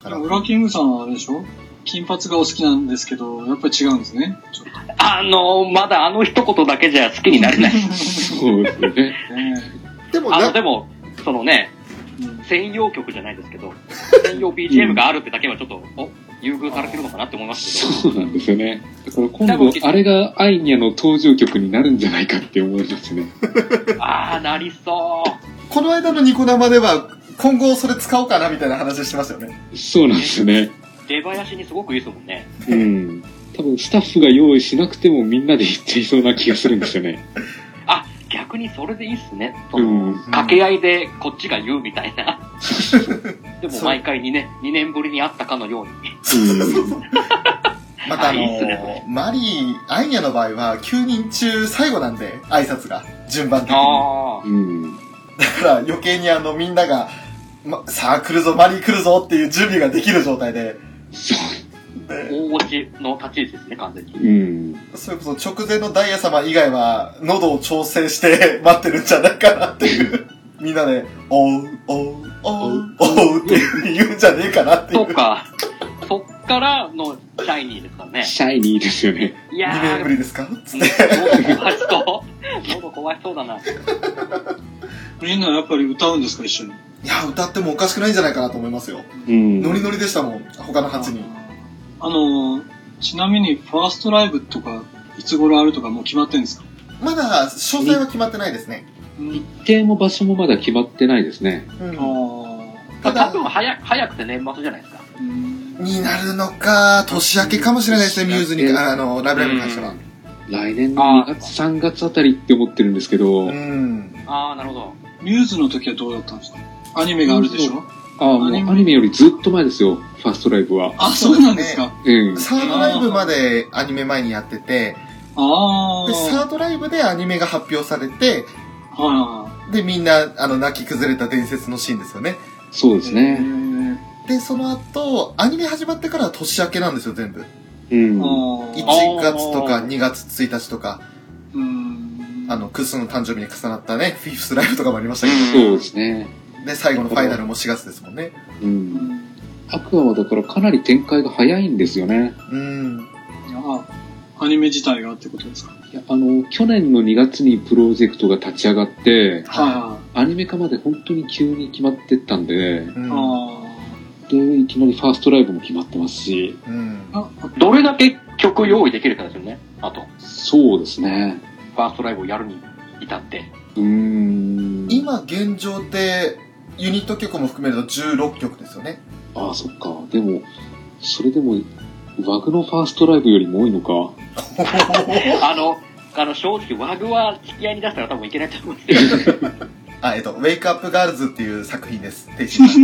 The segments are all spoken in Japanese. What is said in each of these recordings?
ウラキングさんはあれでしょ、金髪がお好きなんですけど、やっぱり違うんですね。ちょっとまだ一言だけじゃ好きになれない。 そうですね。 でも、そのね、専用曲じゃないですけど、専用 BGM があるってだけはちょっと、優遇されてるのかなって思いますけど。 そうなんですよね。だから今度、あれがアイニャの登場曲になるんじゃないかって思いますね。 なりそう。 この間のニコ生では、今後それ使おうかなみたいな話してましたよね。 そうなんですよね。 出囃子にすごくいいですもんね。 うん。多分スタッフが用意しなくてもみんなで言っていそうな気がするんですよね。 逆にそれでいいっすね。掛け合いでこっちが言うみたいな。でも毎回2年ぶりに会ったかのように。 またマリー、アイニャの場合は9人中最後なんで、挨拶が、順番的に。だから余計にみんなが、さあ来るぞ、マリー来るぞっていう準備ができる状態で。 大落ちの立ち位置ですね、完全に。 それこそ直前のダイヤ様以外は、喉を調整して待ってるんじゃないかなっていう。みんなで、おう、おう、おう、おうっていう風に言うんじゃねえかなっていう。 そうか。そっからのシャイニーですからね。 シャイニーですよね。 いやー。2年ぶりですかつって。 喉壊しそうだな。 みんなやっぱり歌うんですか、一緒に。 いや、歌ってもおかしくないんじゃないかなと思いますよ。ノリノリでしたもん、他の8人。 ちなみにファーストライブとかいつ頃あるとかもう決まってるんですか？ まだ詳細は決まってないですね。 日程も場所もまだ決まってないですね。 多分早くて年末じゃないですか。 になるのか、年明けかもしれないですね、ミューズに、ラブライブに関しては。 来年の2月3月あたりって思ってるんですけど。 なるほど。 ミューズの時はどうだったんですか？アニメがあるでしょ？ もうアニメよりずっと前ですよ、ファーストライブは。 そうなんですか。 サードライブまでアニメ前にやってて、で、サードライブでアニメが発表されて、で、みんな、泣き崩れた伝説のシーンですよね。 そうですね。 で、その後、アニメ始まってからは年明けなんですよ、全部。1月とか2月1日とか、クスの誕生日に重なったね、フィフスライブとかもありましたけど。 そうですね。 で、最後のファイナルも4月ですもんね。 アクアはだからかなり展開が早いんですよね。 アニメ自体がってことですか？ いや、去年の2月にプロジェクトが立ち上がって、アニメ化まで本当に急に決まってったんで、で、いきなりファーストライブも決まってますし、 どれだけ曲用意できるかですよね、あと。 そうですね。 ファーストライブをやるに至って。 今現状で、ユニット曲も含めると16曲ですよね。 そっか。でも、それでも、ワグのファーストライブよりも多いのか。 正直、ワグは引き合いに出したら多分いけないと思うんですよ。 ウェイクアップガールズっていう作品です。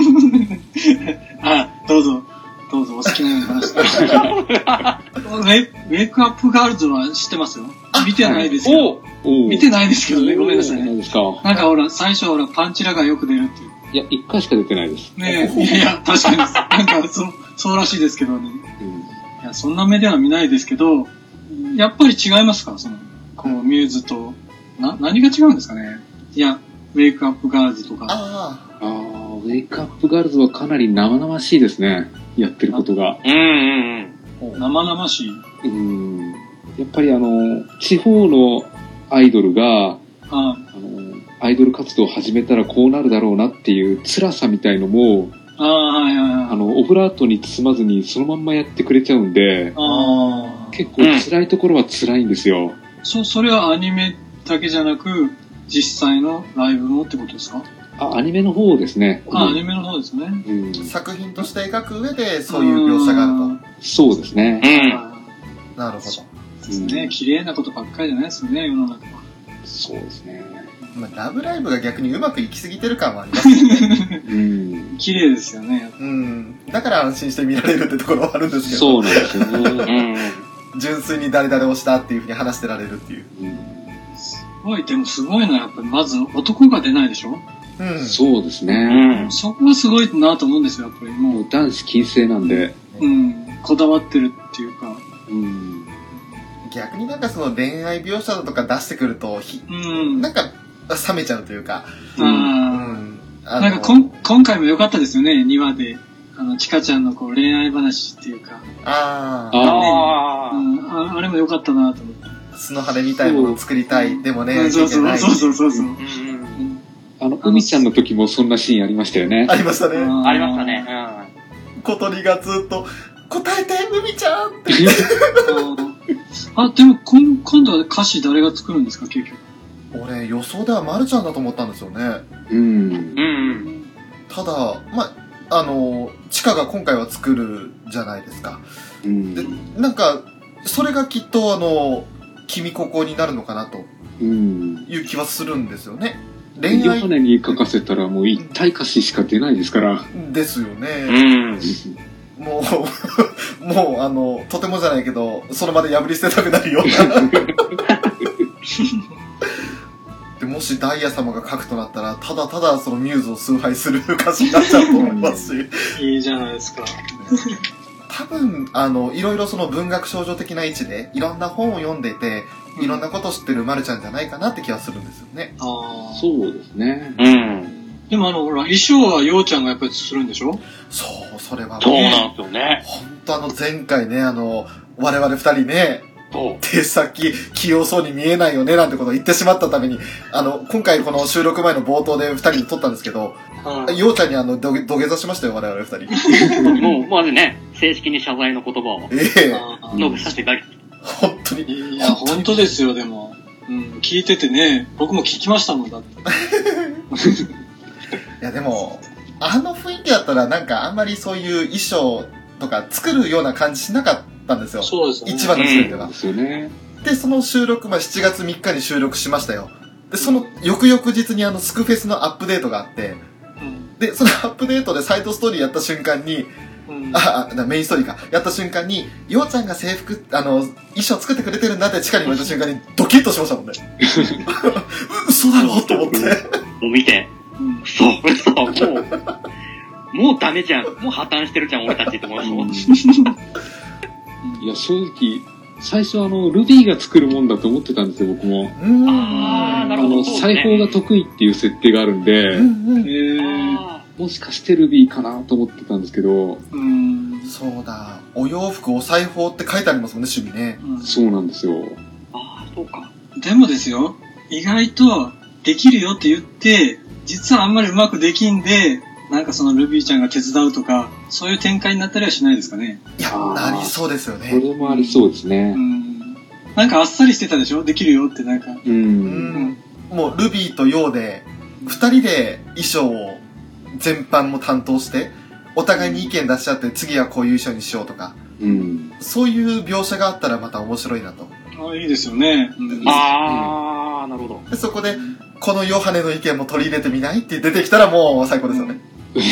どうぞ、お好きなように話して。ウェイクアップガールズは知ってますよ。見てないですけど。見てないですけどね、ごめんなさいね。なんか最初パンチラがよく出るっていう。 いや、1回しか出てないです。 ねえ、いや、確かに。なんか、そうらしいですけどね。いや、そんな目では見ないですけど、やっぱり違いますか？ミューズと。何が違うんですかね？いや、ウェイクアップガールズとか。 ウェイクアップガールズはかなり生々しいですね。やってることが。 生々しい。 やっぱり地方のアイドルが、アイドル活動を始めたらこうなるだろうなっていう辛さみたいのも、オブラートに包まずにそのまんまやってくれちゃうんで、結構辛いところは辛いんですよ。 それはアニメだけじゃなく、実際のライブもってことですか？ アニメの方ですね。 アニメの方ですね。 作品として描く上でそういう描写があると。 そうですね。 なるほど。 ですね。綺麗なことばっかりじゃないですよね、世の中は。 そうですね。 ラブライブが逆にうまくいきすぎてる感はありますよね。 綺麗ですよね。 だから安心して見られるってところはあるんですけど。 そうなんですよね。 純粋に誰々をしたっていうふうに話してられるっていう。 でもすごいのはやっぱりまず男が出ないでしょ？ そうですね。 そこがすごいなと思うんですよ、やっぱり。 もう男子禁制なんで。 こだわってるっていうか。 逆になんかその恋愛描写だとか出してくると、なんか冷めちゃうというか。 なんか今回も良かったですよね、2話で。 ちかちゃんのこう恋愛話っていうか。 あれも良かったなと思って。 素の羽みたいものを作りたい。でもね、 そう。 海ちゃんの時もそんなシーンありましたよね。 ありましたね。 ありましたね。 小鳥がずっと、答えて、海ちゃんって言って。でも今度は歌詞誰が作るんですか、結局。 俺、予想ではまるちゃんだと思ったんですよね。ただ、ちかが今回は作るじゃないですか。で、なんか、それがきっと君ここになるのかなという気はするんですよね。 恋愛ヨハネに書かせたらもう一体歌詞しか出ないですから。 ですよね。もうとてもじゃないけど、その場で破り捨てたくなるような。でもしダイヤ様が書くとなったら、ただただそのミューズを崇拝する歌詞になっちゃうと思いますし。 いいじゃないですか。 多分、いろいろその文学少女的な位置で、いろんな本を読んでいて、いろんなことを知ってるまるちゃんじゃないかなって気がするんですよね。 そうですね。 でもほら、衣装はようちゃんがやっぱりするんでしょ？ そう、それはね。 そうなんですよね。 ほんと前回ね、我々二人ね、手先器用そうに見えないよねなんてことを言ってしまったために、今回この収録前の冒頭で二人で撮ったんですけど、ようちゃんに土下座しましたよ、我々二人。 もう、まずね、正式に謝罪の言葉を述べさせていただき本当に。 いや、本当ですよ、でも。聞いててね、僕も聞きましたもん、だって。 いや、でも、雰囲気だったらなんかあんまりそういう衣装とか作るような感じしなかったんですよ。 そうですね。 一番の時点では。 ですよね。 で、その収録、7月3日に収録しましたよ。で、その翌々日にスクフェスのアップデートがあって、で、そのアップデートでサイドストーリーやった瞬間に、メインストーリーか。やった瞬間に、ようちゃんが制服、衣装作ってくれてるんだって地下に言われた瞬間にドキッとしましたもんね。嘘だろと思って。 もう見て。嘘、もうダメじゃん。もう破綻してるじゃん、俺たちって思いました。 いや、正直、最初ルビーが作るもんだと思ってたんですよ、僕も。 なるほど。 裁縫が得意っていう設定があるんで、もしかしてルビーかなと思ってたんですけど。 そうだ。お洋服、お裁縫って書いてありますもんね、趣味ね。 そうなんですよ。 そうか。 でもですよ、意外とできるよって言って、実はあんまりうまくできんで、なんかそのルビーちゃんが手伝うとか、そういう展開になったりはしないですかね。 いや、なりそうですよね。 それもありそうですね。 なんかあっさりしてたでしょ？できるよってなんか。 もうルビーとヨウで、二人で衣装を全般も担当して、お互いに意見出し合って次はこういう衣装にしようとか、そういう描写があったらまた面白いなと。 いいですよね。 なるほど。 で、そこで、このヨハネの意見も取り入れてみないって出てきたらもう最高ですよね。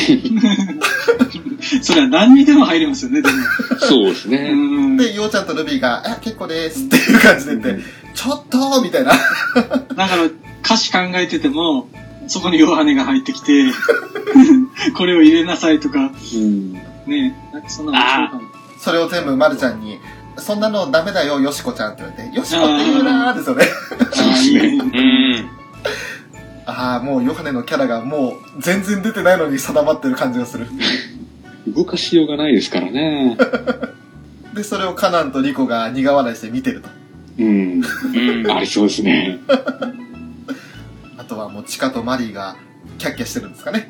それは何にでも入りますよね、でも。 そうですね。 で、ヨウちゃんとルビーが、結構ですっていう感じで言って、ちょっとみたいな。 だから歌詞考えてても、そこにヨハネが入ってきて、これを入れなさいとか、ね、なんかそんなの面白いかも。 それを全部まるちゃんに、そんなのダメだよ、よしこちゃんって言われて、よしこって言うなーですよね。もうヨハネのキャラがもう全然出てないのに定まってる感じがする。 動かしようがないですからね。 で、それをカナンとリコが苦笑いして見てると。 ありそうですね。 あとはもうチカとマリーがキャッキャしてるんですかね。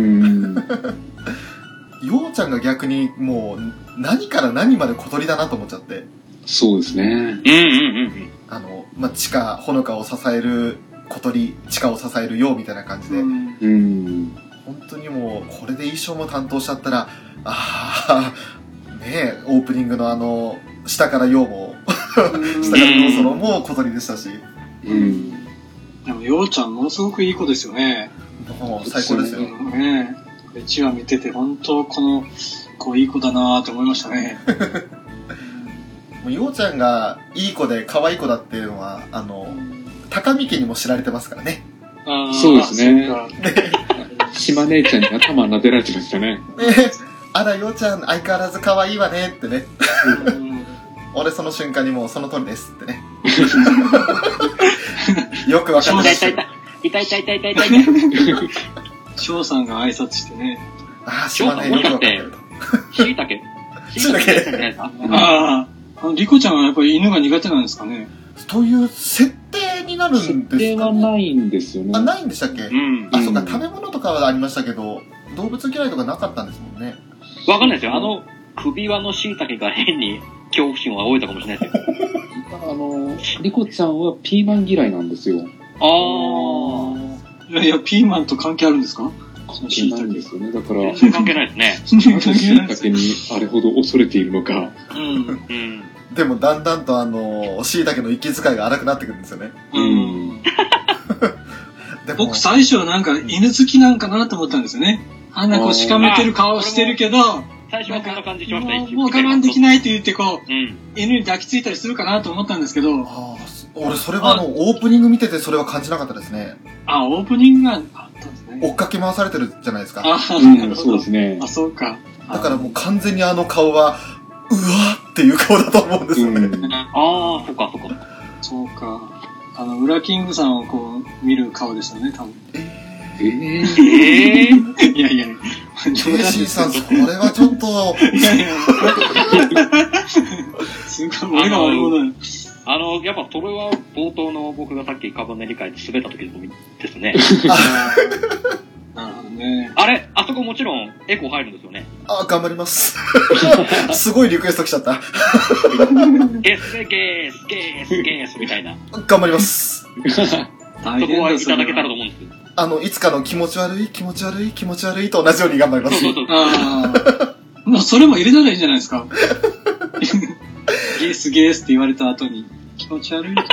ヨウちゃんが逆にもう何から何まで小鳥だなと思っちゃって。 そうですね。 チカ、ほのかを支える小鳥、チカを支えるヨウみたいな感じで。本当にもう、これで衣装も担当しちゃったら、オープニングの下からヨウも、下からヨウソロも小鳥でしたし。 でも、ヨウちゃんものすごくいい子ですよね。 もう最高ですよ。 1話見てて、本当この子いい子だなぁと思いましたね。 ヨウちゃんがいい子で可愛い子だっていうのは、高見家にも知られてますからね。 そうですね。島姉ちゃんに頭撫でられてましたね。 あら、ヨウちゃん相変わらず可愛いわねってね。俺その瞬間にもうその通りですってね。よくわかんない。 痛い。 翔さんが挨拶してね。 島根よくわかってると。 椎茸ああ、リコちゃんはやっぱり犬が苦手なんですかね。 という設定になるんですかね。設定はないんですよね。 あ、ないんでしたっけ？あ、そうか、食べ物とかはありましたけど、動物嫌いとかなかったんですもんね。 わかんないですよ。首輪の椎茸が変に恐怖心を煽えたかもしれないですよ。 リコちゃんはピーマン嫌いなんですよ。 いや、ピーマンと関係あるんですか？ 関係ないんですよね。だから。 全然関係ないですね。 椎茸にあれほど恐れているのか。 でもだんだんと椎茸の息遣いが荒くなってくるんですよね。 僕最初はなんか犬好きなんかなと思ったんですよね。あんなこうしかめてる顔してるけど、 最初はこんな感じしました。 もう我慢できないって言ってこう、犬に抱きついたりするかなと思ったんですけど。 俺それはオープニング見ててそれは感じなかったですね。 オープニングがあったんですね。 追っかけ回されてるじゃないですか。 そうですね。 そうか。 だからもう完全に顔は、うわっていう顔だと思うんですよね。 そっか。 そうか。ウラキングさんをこう、見る顔ですよね、多分。いやいや。 ケイシーさん、それはちょっと。 すごい、俺が悪者やっぱそれは冒頭の僕がさっきカバネリ会で滑った時ですね。 なるほどね。 あそこもちろんエコー入るんですよね。 頑張ります。すごいリクエスト来ちゃった。 ゲスみたいな。 頑張ります。 そこはいただけたらと思うんですけど。 いつかの気持ち悪いと同じように頑張ります。 もうそれも入れたらいいじゃないですか。ゲースって言われた後に、気持ち悪いって。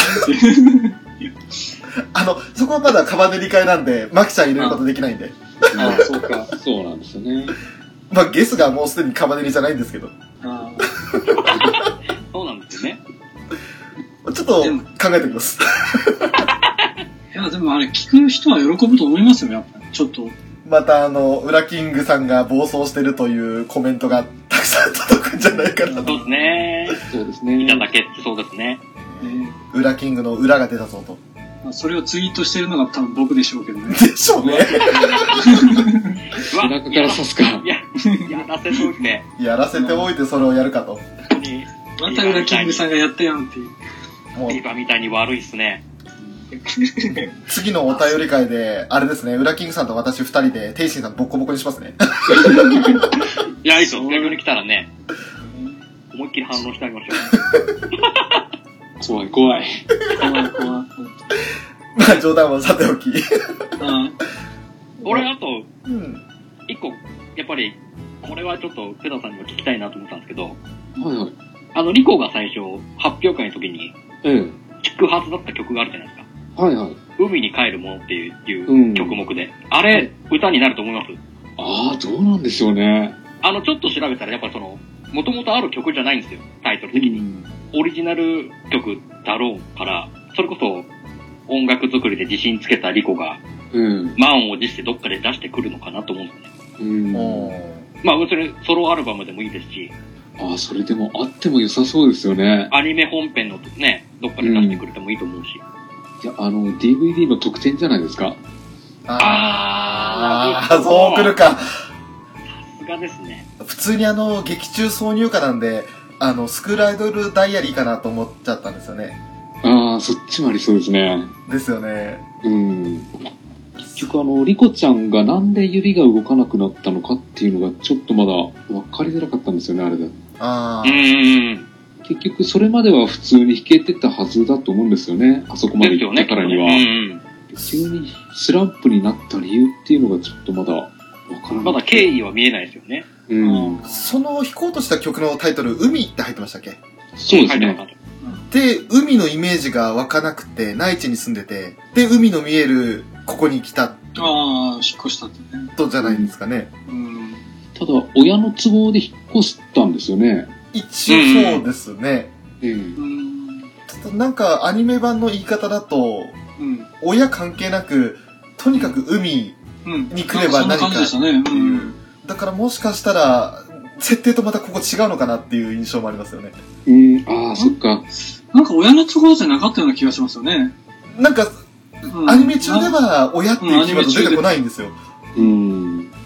そこはまだカバネリ会なんで、マキちゃん入れることできないんで。 そうか。そうなんですよね。 ゲスがもうすでにカバネリじゃないんですけど。 そうなんですよね。 ちょっと考えておきます。 いや、でもあれ聞く人は喜ぶと思いますよ、やっぱり。ちょっと。 またウラキングさんが暴走してるというコメントがたくさん届くんじゃないかなと。 そうですね。 そうですね。 いただけってそうですね。 ウラキングの裏が出たぞと。 それをツイートしてるのが多分僕でしょうけどね。 でしょうね。 背中から刺すか。 やらせといて。 やらせておいてそれをやるかと。 またウラキングさんがやったやんっていう。 もうリバみたいに悪いっすね。 次のお便り会で、あれですね、ウラキングさんと私二人で、テイシンさんボッコボコにしますね。 いや、いいですよ。逆に来たらね、思いっきり反応してあげましょう。怖い。 まあ冗談はさておき。 俺、あと、一個、やっぱり、これはちょっと、ペダさんにも聞きたいなと思ったんですけど、リコが最初、発表会の時に、聞くはずだった曲があるじゃないですか。海に帰るものっていう曲目で。あれ、歌になると思います？ どうなんでしょうね。 ちょっと調べたら、やっぱもともとある曲じゃないんですよ、タイトル的に。オリジナル曲だろうから、それこそ音楽作りで自信つけたリコが、満を持してどっかで出してくるのかなと思うんですね。まあ、別にソロアルバムでもいいですし。 それでもあっても良さそうですよね。 アニメ本編のね、どっかで出してくれてもいいと思うし。 いや、DVD の特典じゃないですか。 そう来るか。さすがですね。 普通に劇中挿入歌なんで、スクールアイドルダイアリーかなと思っちゃったんですよね。 そっちもありそうですね。 ですよね。 結局リコちゃんがなんで指が動かなくなったのかっていうのがちょっとまだ分かりづらかったんですよね、あれで。結局それまでは普通に弾けてたはずだと思うんですよね、あそこまで行ったからには。急にスランプになった理由っていうのがちょっとまだ分からない。 まだ経緯は見えないですよね。 その弾こうとした曲のタイトル、海って入ってましたっけ？ そうですね。 で、海のイメージが湧かなくて、内地に住んでて、で、海の見えるここに来た。 引っ越したってね。 とじゃないんですかね。 ただ、親の都合で引っ越したんですよね。 一応そうですね。ちょっとなんかアニメ版の言い方だと、親関係なく、とにかく海に来れば何かっていう。だからもしかしたら、設定とまたここ違うのかなっていう印象もありますよね。 そっか。 なんか親の都合じゃなかったような気がしますよね。 なんか、アニメ中では親っていうキーワード出てこないんですよ。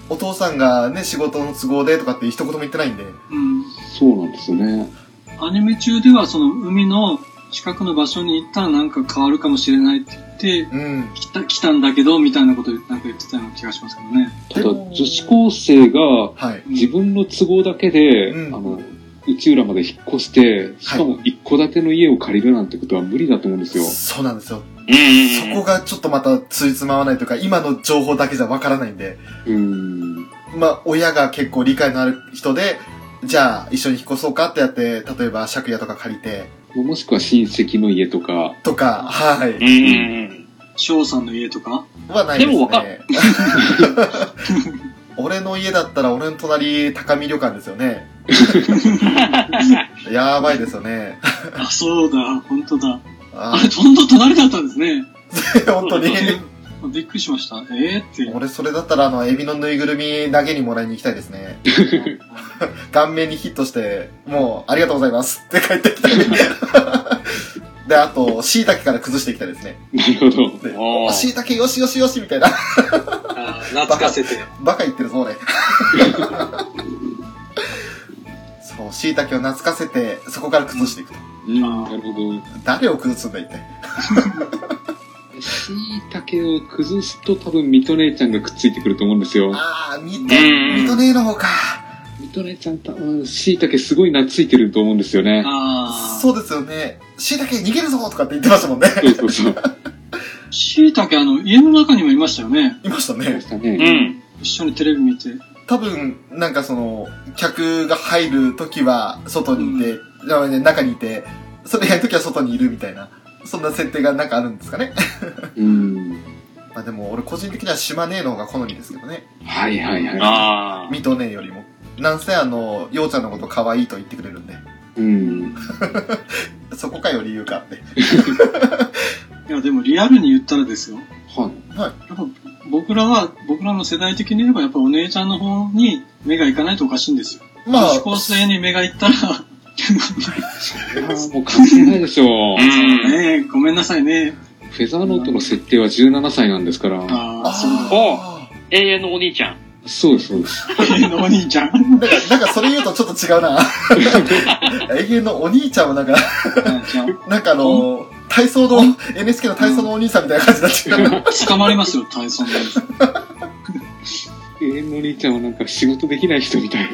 お父さんがね、仕事の都合でとかって一言も言ってないんで。 そうなんですよね。 アニメ中ではその海の近くの場所に行ったらなんか変わるかもしれないって言って、来たんだけど、みたいなことなんか言ってたような気がしますけどね。 ただ、女子高生が自分の都合だけで、内浦まで引っ越して、しかも一戸建ての家を借りるなんてことは無理だと思うんですよ。 そうなんですよ。そこがちょっとまたついつまわないというか、今の情報だけじゃわからないんで。まあ、親が結構理解のある人で、じゃあ一緒に引っ越そうかってやって、例えば借家とか借りて。 もしくは親戚の家とか。 はい。 翔さんの家とかはないですね。でもわかる。俺の家だったら俺の隣高見旅館ですよね。やばいですよね。 あ、そうだ、本当だ。あれ、ほんと隣だったんですね。 本当に。 びっくりしました。って。 俺、それだったら、エビのぬいぐるみ投げにもらいに行きたいですね。顔面にヒットして、もう、ありがとうございますって帰ってきたい。で、あと、椎茸から崩していきたいですね。 なるほど。椎茸よしよしよしみたいな。 懐かせて。 バカ言ってるぞ、俺。そう、椎茸を懐かせて、そこから崩していくと。 なるほど。 誰を崩すんだ、一体。 椎茸を崩すと多分、水戸姉ちゃんがくっついてくると思うんですよ。 水戸姉の方か。 水戸姉ちゃん多分、椎茸すごい懐いてると思うんですよね。 そうですよね。椎茸逃げるぞとかって言ってましたもんね。 そう。 椎茸家の中にもいましたよね。 いましたね。 一緒にテレビ見て。 多分、なんか客が入るときは外にいて、中にいて、それやるときは外にいるみたいな。そんな設定がなんかあるんですかね。まあでも俺個人的には島姉の方が好みですけどね。 はい。 水戸姉よりも。なんせようちゃんのこと可愛いと言ってくれるんで。そこかよ理由かって。 いやでもリアルに言ったらですよ。 はい。 やっぱ僕らの世代的に言えばやっぱお姉ちゃんの方に目がいかないとおかしいんですよ。女子高生に目がいったらもう関係ないでしょう。 ね、ごめんなさいね。 フェザーノートの設定は17歳なんですから。 永遠のお兄ちゃん。 そうです。 永遠のお兄ちゃん。 なんかそれ言うとちょっと違うな。永遠のお兄ちゃんはなんか体操の、NHK の体操のお兄さんみたいな感じになってる。 捕まりますよ、体操のお兄さん。 永遠のお兄ちゃんはなんか仕事できない人みたい。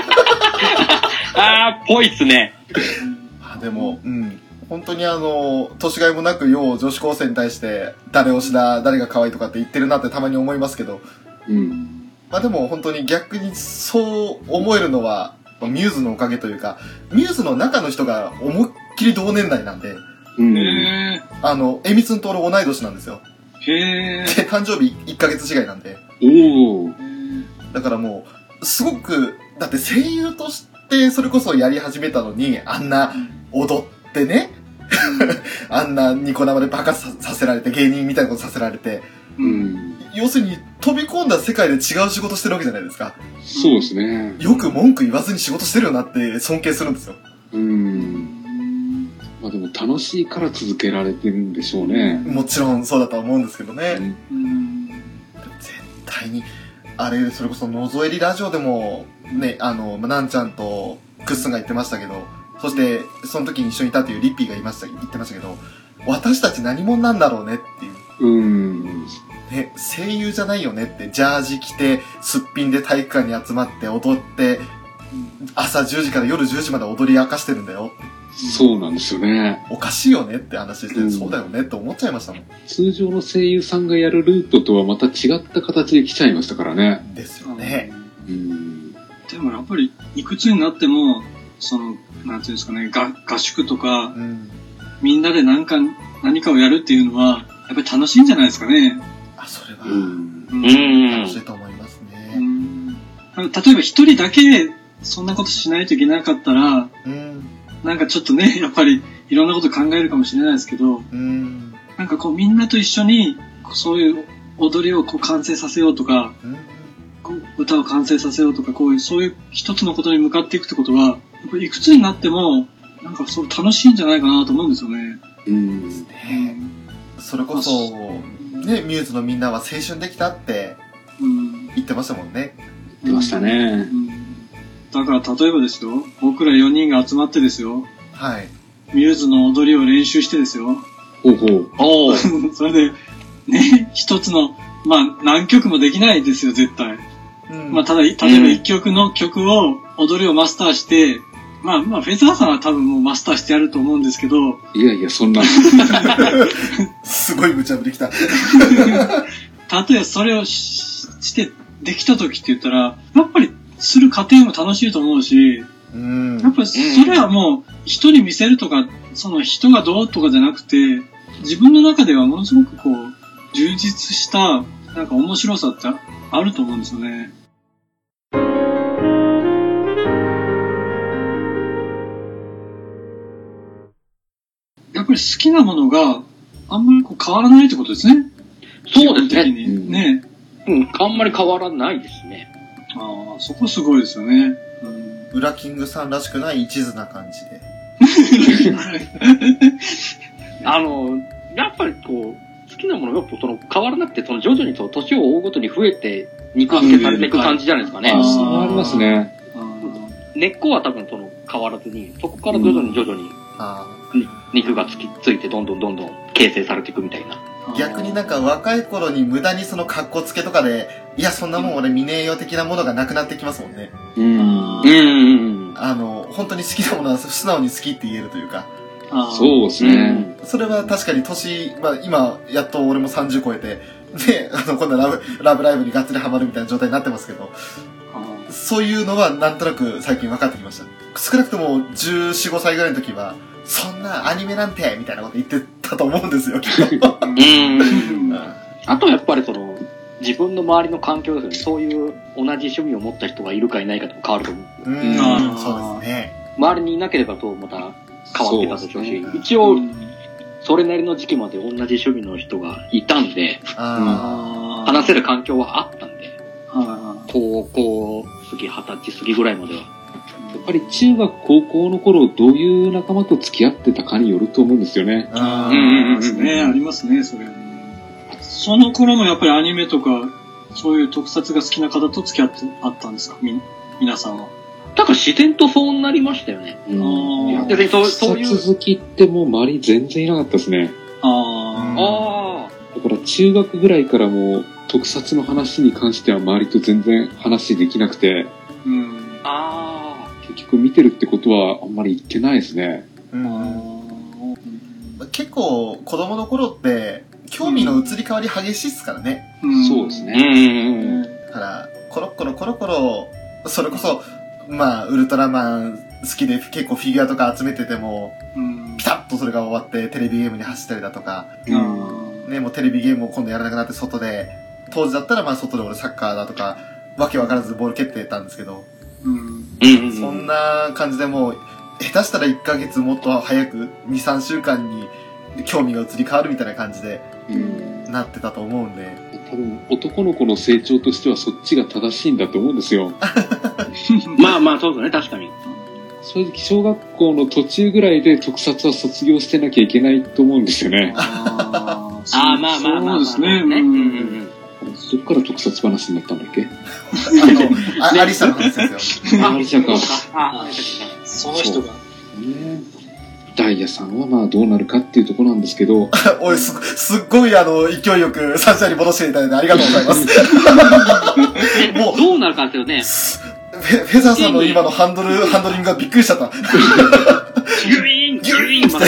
ぽいっすね。 でも、本当に年がいもなくよう女子高生に対して、誰推しだ、誰が可愛いとかって言ってるなってたまに思いますけど。まあでも本当に逆にそう思えるのは、ミューズのおかげというか、ミューズの中の人が思いっきり同年代なんで、えみつんと俺同い年なんですよ。で、誕生日1ヶ月違いなんで。だからもう、すごく、だって声優としてそれこそやり始めたのに、あんな踊ってね、あんなニコ生でバカさせられて、芸人みたいなことさせられて、要するに飛び込んだ世界で違う仕事してるわけじゃないですか。 そうですね。 よく文句言わずに仕事してるよなって尊敬するんですよ。 まあでも楽しいから続けられてるんでしょうね。 もちろんそうだとは思うんですけどね。絶対に、あれ、それこそのぞえりラジオでも、ね、なんちゃんとクッスンが言ってましたけど、そして、その時に一緒にいたというリッピーが言ってましたけど、私たち何者なんだろうねっていう。ね、声優じゃないよねって、ジャージ着て、すっぴんで体育館に集まって踊って、朝10時から夜10時まで踊り明かしてるんだよ。 そうなんですよね。 おかしいよねって話して、そうだよねって思っちゃいましたもん。 通常の声優さんがやるルートとはまた違った形で来ちゃいましたからね。 ですよね。 でもやっぱり、いくつになっても、なんていうんですかね、合宿とか、みんなで何かをやるっていうのは、やっぱり楽しいんじゃないですかね。 それは、楽しいと思いますね。 例えば一人だけ、そんなことしないといけなかったら、なんかちょっとね、やっぱりいろんなこと考えるかもしれないですけど、なんかみんなと一緒に、そういう踊りを完成させようとか、歌を完成させようとか、そういう一つのことに向かっていくってことは、やっぱりいくつになっても、なんか楽しいんじゃないかなと思うんですよね。 それこそ、ね、ミューズのみんなは青春できたって言ってましたもんね。 出ましたね。 だから例えばですよ、僕ら4人が集まってですよ。 はい。 ミューズの踊りを練習してですよ。 ほうほう。 おそれで、ね、一つの、まあ何曲もできないですよ、絶対。まあただ、例えば1曲の曲を、踊りをマスターして、まあフェザーさんは多分もうマスターしてやると思うんですけど。 いやいや、そんな。 すごい無茶ぶりきた。 例えばそれをしてできた時って言ったら、やっぱりする過程も楽しいと思うし、やっぱりそれはもう人に見せるとか、その人がどうとかじゃなくて、自分の中ではものすごくこう、充実した、なんか面白さってあると思うんですよね。やっぱり好きなものがあんまりこう変わらないってことですね。 そうですね。 ね。 あんまり変わらないですね。 ああ、そこすごいですよね。 ウラキングさんらしくない一途な感じで。 やっぱりこう、好きなものが変わらなくて、徐々に年を追うごとに増えて、肉付けされていく感じじゃないですかね。 そうありますね。 根っこは多分変わらずに、そこから徐々に肉がついてどんどん形成されていくみたいな。 逆になんか若い頃に無駄にその格好つけとかで、いやそんなもん俺見ねえよ的なものがなくなってきますもんね。本当に好きなものは素直に好きって言えるというか。 そうですね。 それは確かに今やっと俺も30超えて、で、今度はラブライブにがっつりハマるみたいな状態になってますけど、そういうのはなんとなく最近分かってきました。少なくとも14、5歳ぐらいの時は、そんなアニメなんてみたいなこと言ってたと思うんですよ、きっと。 あとやっぱり自分の周りの環境ですよね。そういう同じ趣味を持った人がいるかいないかとか変わると思う。 そうですね。 周りにいなければまた変わってたでしょうし、一応、それなりの時期まで同じ趣味の人がいたんで、話せる環境はあったんで、高校過ぎ、20歳過ぎぐらいまでは。 やっぱり中学、高校の頃、どういう仲間と付き合ってたかによると思うんですよね。 ありますね、それは。その頃もやっぱりアニメとか、そういう特撮が好きな方と付き合ってあったんですか、皆さんは。 だから自然とそうなりましたよね。 特撮好きってもう周り全然いなかったですね。だから中学ぐらいからもう特撮の話に関しては周りと全然話できなくて、結局見てるってことはあんまり言ってないですね。 結構子供の頃って興味の移り変わり激しいですからね。 そうですね。 だからコロコロそれこそまあウルトラマン好きで結構フィギュアとか集めてても、ピタッとそれが終わってテレビゲームに走ったりだとか、ね、もうテレビゲームを今度やらなくなって外で、当時だったらまあ外で俺サッカーだとかわけわからずボール蹴ってたんですけど、そんな感じでもう下手したら1ヶ月もっと早く 2,3 週間に興味が移り変わるみたいな感じでなってたと思うんで、 多分男の子の成長としてはそっちが正しいんだと思うんですよ。 まあそうですね、確かに。 正直小学校の途中ぐらいで特撮は卒業してなきゃいけないと思うんですよね。 そうですね。 そっから特撮話になったんだっけ？ アリシャの話ですよ。 アリシャか。 その人が。 ダイヤさんはまあどうなるかっていうところなんですけど。 おい、すっごい勢いよくサンシャインに戻していただいてありがとうございます。 もうどうなるかっていうね。 フェザーさんの今のハンドリングがびっくりしちゃった。 ギュイーンまで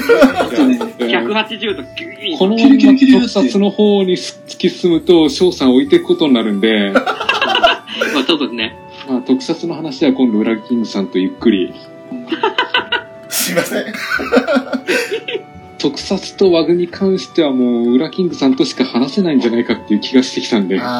180度ギュイーン。 このまま特撮の方に突き進むと翔さん置いていくことになるんで。 まあそうですね。 まあ特撮の話は今度ウラキングさんとゆっくり。 すいません。 特撮とワグに関してはもうウラキングさんとしか話せないんじゃないかっていう気がしてきたんで。 いや。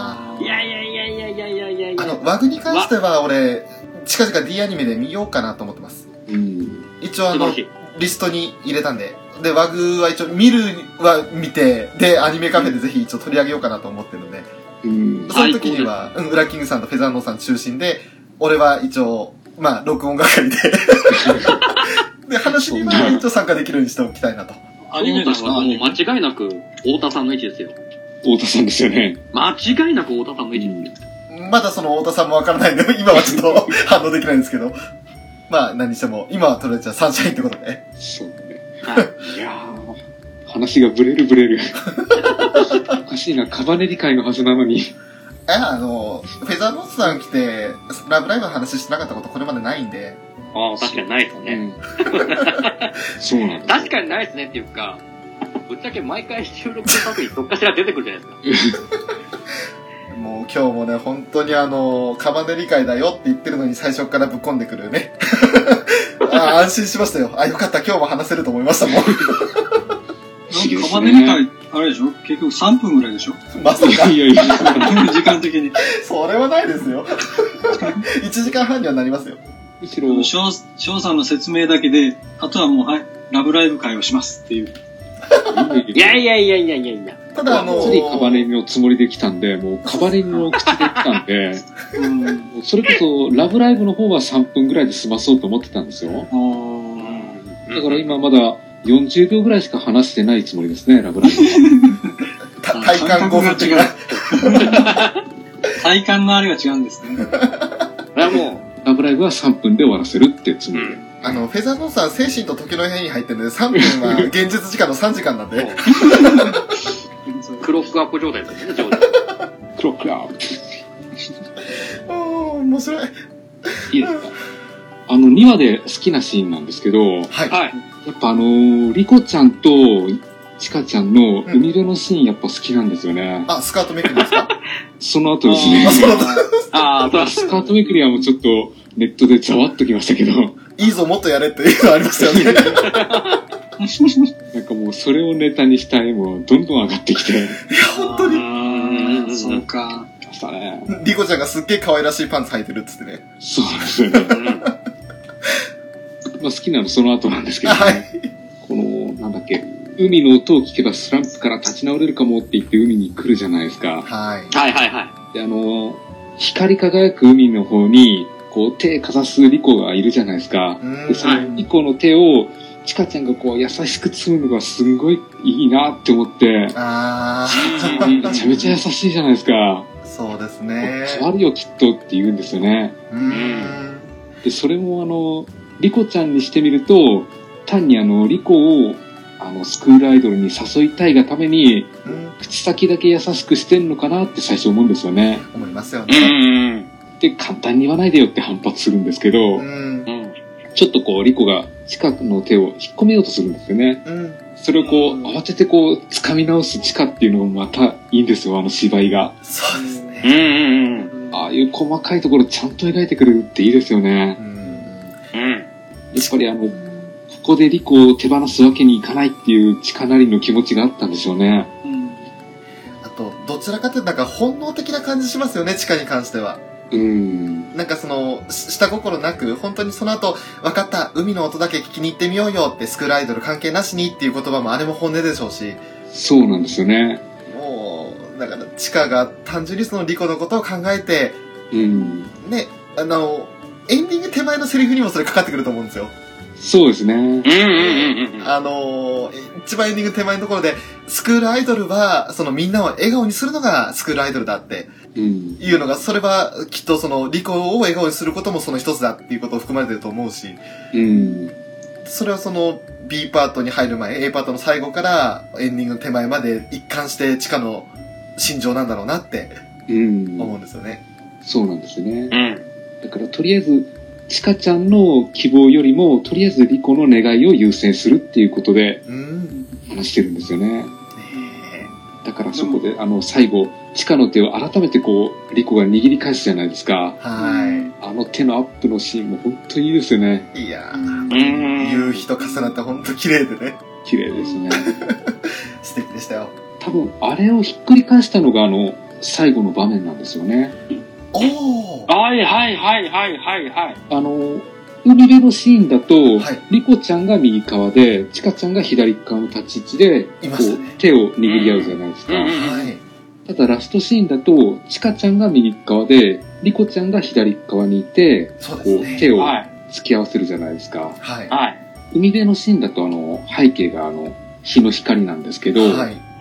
ワグに関しては俺近々 D アニメで見ようかなと思ってます。一応リストに入れたんで、ワグは一応見て、でアニメカフェでぜひ一応取り上げようかなと思ってるので、その時にはウラキングさんとフェザーノーさん中心で、俺は一応まあ録音係でで話には一応参加できるようにしておきたいなと。 アニメですか？もう間違いなく太田さんの位置ですよ。 太田さんですよね。 間違いなく太田さんの位置ですよ。 まだその太田さんもわからないんで、今はちょっと反応できないんですけど。まあ、何にしても、今はとりあえずじゃあサンシャインってことで。 そうね。いやー、話がブレる。おかしいな、カバネリ会のはずなのに。 フェザーノーツさん来て、ラブライブの話してなかったことこれまでないんで。 ああ、確かにないですね。 そうなんだ。 確かにないですねっていうか、ぶっちゃけ毎回収録の時にどっかしら出てくるじゃないですか。 もう今日もね、本当にカバネリ会だよって言ってるのに最初からぶっ込んでくるね。安心しましたよ。よかった、今日も話せると思いましたもん。 カバネリ会、あれでしょ結局3分ぐらいでしょまさか。 いや時間的に。 それはないですよ。1時間半にはなりますよ。 むしろ、 翔さんの説明だけで、あとはもう、はい、ラブライブ会をしますっていう。 いや。 ただついカバネリのつもりで来たんで、もうカバネリの口で来たんで、それこそラブライブの方は3分ぐらいで済まそうと思ってたんですよ。だから今まだ40秒ぐらいしか話してないつもりですね、ラブライブは。体感5分違う。 体感のあれが違うんですね。 もう、ラブライブは3分で終わらせるっていうつもりで。 フェザーノーさん、精神と時の部屋に入ってるんで、3分は現実時間の3時間なんで。 クロックアップ状態ですね、 クロックアップ。 面白い。 いいですか2話で好きなシーンなんですけど、 はい。 やっぱリコちゃんとチカちゃんの海辺のシーンやっぱ好きなんですよね。 スカートめくりですか？ その後ですね。スカートめくりはもうちょっとネットでざわっときましたけど。 いいぞ、もっとやれっていうのありましたよね。 なんかもうそれをネタにした絵もどんどん上がってきて。 いや、本当に。 そうか。 リコちゃんがすっげえ可愛らしいパンツ履いてるっつってね。 そうですよね。好きなのその後なんですけどね。 はい。 この、なんだっけ、海の音を聞けばスランプから立ち直れるかもって言って海に来るじゃないですか。 はい。 で、光り輝く海の方に、こう手かざすリコがいるじゃないですか。で、そのリコの手を、チカちゃんがこう優しく包むのがすんごいいいなって思って。めちゃめちゃ優しいじゃないですか。 そうですね。 変わるよきっとって言うんですよね。で、それもリコちゃんにしてみると、単にリコをスクールアイドルに誘いたいがために、口先だけ優しくしてんのかなって最初思うんですよね。 思いますよね。 で、簡単に言わないでよって反発するんですけど、ちょっとこう、リコが近くの手を引っ込めようとするんですよね。それをこう、慌ててこう、掴み直すチカっていうのがまたいいんですよ、芝居が。 そうですね。 ああいう細かいところちゃんと描いてくれるっていいですよね。やっぱりここでリコを手放すわけにいかないっていうチカなりの気持ちがあったんでしょうね。 あと、どちらかというとなんか本能的な感じしますよね、チカに関しては。なんか下心なく、本当にその後、分かった、海の音だけ聞きに行ってみようよって、スクールアイドル関係なしにっていう言葉もあれも本音でしょうし。 そうなんですよね。 もう、だから、チカが単純にそのリコのことを考えて、ね、エンディング手前のセリフにもそれかかってくると思うんですよ。 そうですね。 一番エンディング手前のところで、スクールアイドルは、みんなを笑顔にするのがスクールアイドルだって、いうのが、それはきっとリコを笑顔にすることもその一つだっていうことを含まれてると思うし、それはB パートに入る前、A パートの最後からエンディングの手前まで一貫してチカの心情なんだろうなって思うんですよね。 そうなんですね。だからとりあえず、チカちゃんの希望よりも、とりあえずリコの願いを優先するっていうことで、話してるんですよね。だからそこで、最後、チカの手を改めてこう、リコが握り返すじゃないですか。手のアップのシーンも本当にいいですよね。 いやー、夕日と重なって本当綺麗でね。 綺麗ですね。 素敵でしたよ。 多分、あれをひっくり返したのが最後の場面なんですよね。海辺のシーンだと、リコちゃんが右側で、チカちゃんが左側の立ち位置で、手を握り合うじゃないですか。ただラストシーンだと、チカちゃんが右側で、リコちゃんが左側にいて、手を突き合わせるじゃないですか。海辺のシーンだと背景が日の光なんですけど、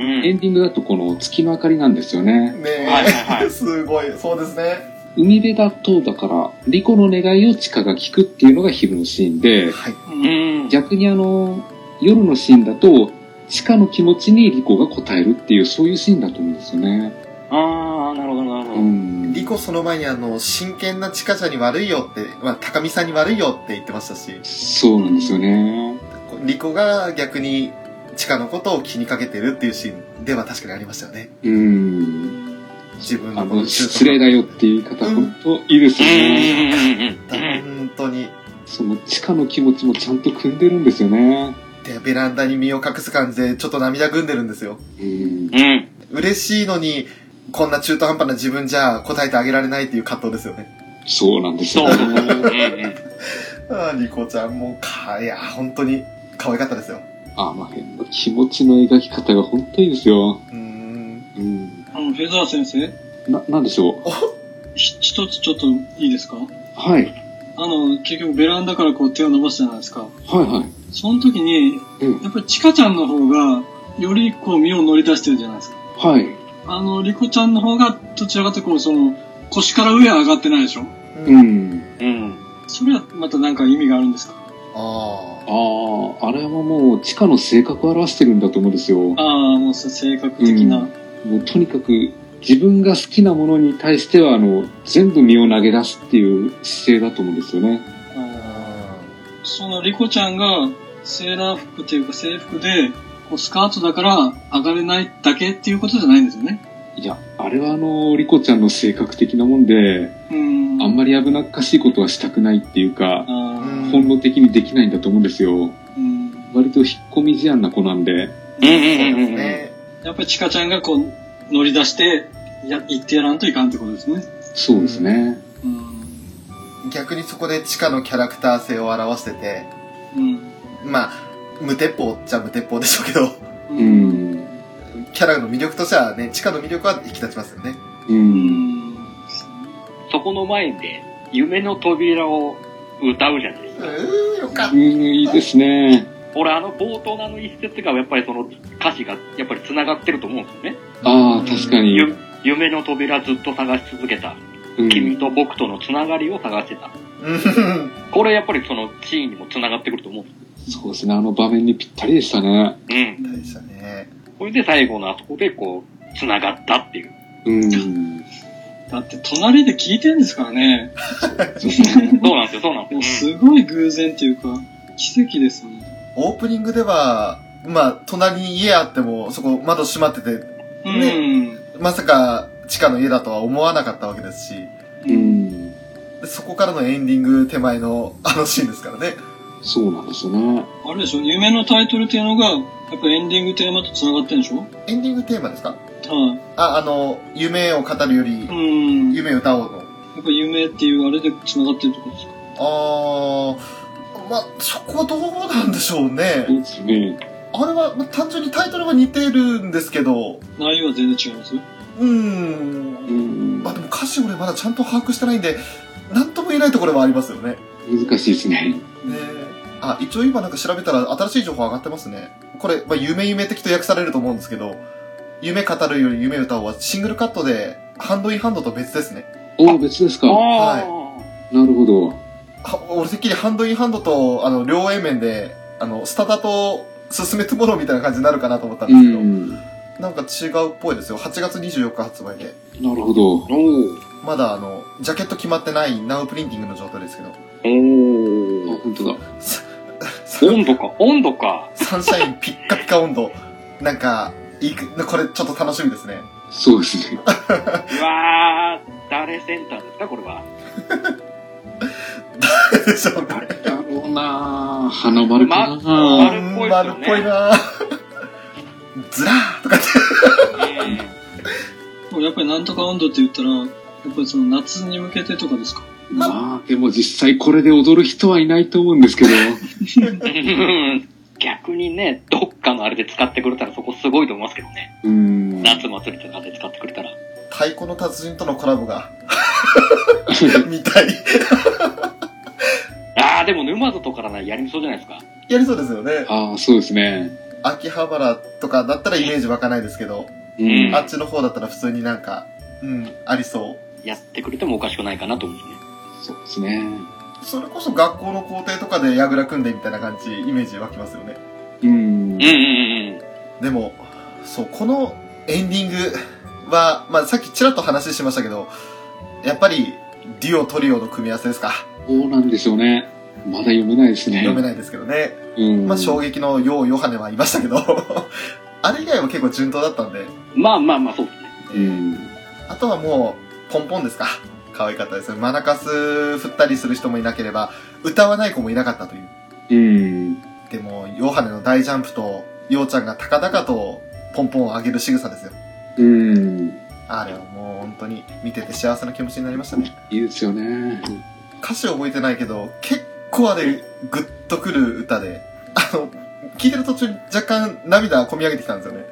エンディングだとこの月の明かりなんですよね。 ねえ、すごい、そうですね。 海辺だと、だから、リコの願いをチカが聞くっていうのが昼のシーンで、逆に夜のシーンだと、チカの気持ちにリコが応えるっていう、そういうシーンだと思うんですよね。 ああ、なるほど、なるほど。 リコその前に真剣なチカちゃんに悪いよって、高見さんに悪いよって言ってましたし。 そうなんですよね。 リコが逆にチカのことを気にかけてるっていうシーンでは確かにありましたよね。自分の失礼だよっていう言い方、本当いいですよね。 本当に。 そのチカの気持ちもちゃんと汲んでるんですよね。 で、ベランダに身を隠す感じでちょっと涙ぐんでるんですよ。嬉しいのに、こんな中途半端な自分じゃ答えてあげられないっていう葛藤ですよね。 そうなんですよね。 リコちゃんもいや、本当に可愛かったですよ。 気持ちの描き方が本当にいいですよ。 フェザー先生なんでしょう。 一つちょっといいですか？ はい。 結局ベランダからこう手を伸ばしたじゃないですか。 はいはい。 その時に、やっぱりチカちゃんの方が、よりこう身を乗り出してるじゃないですか。 はい。 リコちゃんの方が、どちらかというと腰から上は上がってないでしょ？それはまたなんか意味があるんですか？ あれはもう、チカの性格を表してるんだと思うんですよ。 もう性格的な。 もうとにかく、自分が好きなものに対しては、全部身を投げ出すっていう姿勢だと思うんですよね。 そのリコちゃんが、セーラー服っていうか制服で、スカートだから上がれないだけっていうことじゃないんですよね。 いや、あれはリコちゃんの性格的なもんで、あんまり危なっかしいことはしたくないっていうか、本能的にできないんだと思うんですよ。割と引っ込み思案な子なんで。 やっぱりチカちゃんが乗り出して、言ってやらんといかんってことですね。 そうですね。 逆にそこでチカのキャラクター性を表してて、無鉄砲っちゃ無鉄砲でしょうけど、キャラの魅力としてはね、チカの魅力は引き立ちますよね。 そこの前で、夢の扉を歌うじゃないですか。 よかった。 いいですね。 俺冒頭の一節がやっぱりその歌詞がやっぱり繋がってると思うんですよね。 確かに。 夢の扉ずっと探し続けた。君と僕との繋がりを探してた。これやっぱりそのシーンにも繋がってくると思うんです。 そうですね、あの場面にぴったりでしたね。 でしたね。 これで最後のあそこで繋がったっていう。 だって隣で聞いてるんですからね。 そうなんですよ、そうなんですよ。すごい偶然っていうか、奇跡ですね。 オープニングでは、隣に家あっても、そこ窓閉まってて、まさか地下の家だとは思わなかったわけですし、そこからのエンディング手前のあのシーンですからね。 そうなんですよね。 あれでしょ、夢のタイトルっていうのが、やっぱエンディングテーマと繋がってるんでしょ？ エンディングテーマですか？夢を語るより、夢歌おうの。やっぱ夢っていうあれで繋がってるってことですか？ そこはどうなんでしょうね。 そうですね。 あれは、単純にタイトルは似てるんですけど。 内容は全然違います？ でも歌詞俺まだちゃんと把握してないんで、なんとも言えないところはありますよね。 難しいですね。 一応今調べたら新しい情報上がってますね。これ、夢的と訳されると思うんですけど、夢語るより夢歌おうはシングルカットで、ハンドインハンドと別ですね。 別ですか。 はい。 なるほど。 俺てっきりハンドインハンドと、両 A 面で、スタダと進めてもろうみたいな感じになるかなと思ったんですけど、なんか違うっぽいですよ。8月24日発売で。 なるほど。 まだジャケット決まってないナウプリンティングの状態ですけど。 本当だ。 温度か。 サンシャインピッカピカ温度。なんか、これちょっと楽しみですね。 そうですね。 うわー、誰センターですか、これは。 誰でしょうね。 誰だろうなぁ。花丸かなぁ。 丸っぽいなぁ。ずらーとかって。 やっぱりなんとか温度って言ったら、やっぱりその夏に向けてとかですか？ でも実際これで踊る人はいないと思うんですけど。 逆にね、どっかのあれで使ってくれたらそこすごいと思いますけどね。夏祭りとかで使ってくれたら。 太鼓の達人とのコラボが見たい。 でも沼津とかならやりそうじゃないですか。 やりそうですよね。 そうですね。 秋葉原とかだったらイメージ湧かないですけど、あっちの方だったら普通になんか、ありそう。 やってくれてもおかしくないかなと思うんですね。 そうですね。 それこそ学校の校庭とかで矢倉組んでみたいな感じ、イメージ湧きますよね。でも、そう、このエンディングは、まあさっきちらっと話しましたけど、やっぱりデュオトリオの組み合わせですか。 そうなんですよね。まだ読めないですね。 読めないですけどね。まあ衝撃のヨーヨハネはいましたけど、あれ以外は結構順当だったんで。 まあまあまあ、そうですね。 あとはもう、ポンポンですか。可愛かったです。マナカス振ったりする人もいなければ、歌わない子もいなかったという。でも、ヨハネの大ジャンプと、ヨウちゃんが高々とポンポンを上げる仕草ですよ。あれはもう本当に見てて幸せな気持ちになりましたね。 いいですよね。 歌詞覚えてないけど、結構あれ、グッとくる歌で、聞いてる途中に若干涙込み上げてきたんですよね。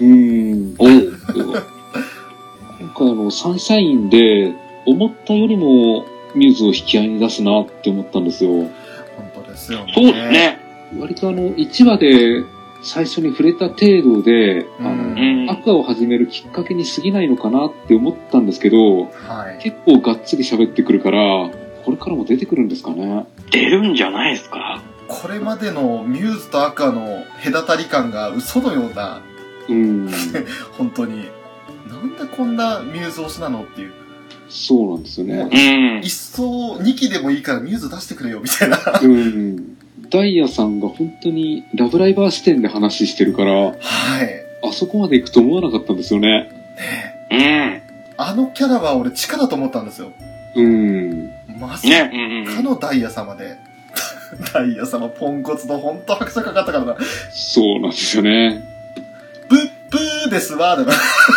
今回サンシャインで、思ったよりもミューズを引き合いに出すなって思ったんですよ。 本当ですよね。 そうですね。 割と1話で最初に触れた程度で、アクアを始めるきっかけに過ぎないのかなって思ったんですけど、結構がっつり喋ってくるから、これからも出てくるんですかね。 出るんじゃないですか。 これまでのミューズとアクアの隔たり感が嘘のような、本当に。なんでこんなミューズ推しなのっていう。 そうなんですよね。 一層2期でもいいからミューズ出してくれよみたいな。 ダイヤさんが本当にラブライバー視点で話してるから、あそこまで行くと思わなかったんですよね。 あのキャラは俺地下だと思ったんですよ。まさかのダイヤ様で。ダイヤ様ポンコツの本当拍車かかったからな。 そうなんですよね。 ブッブーですわーだな。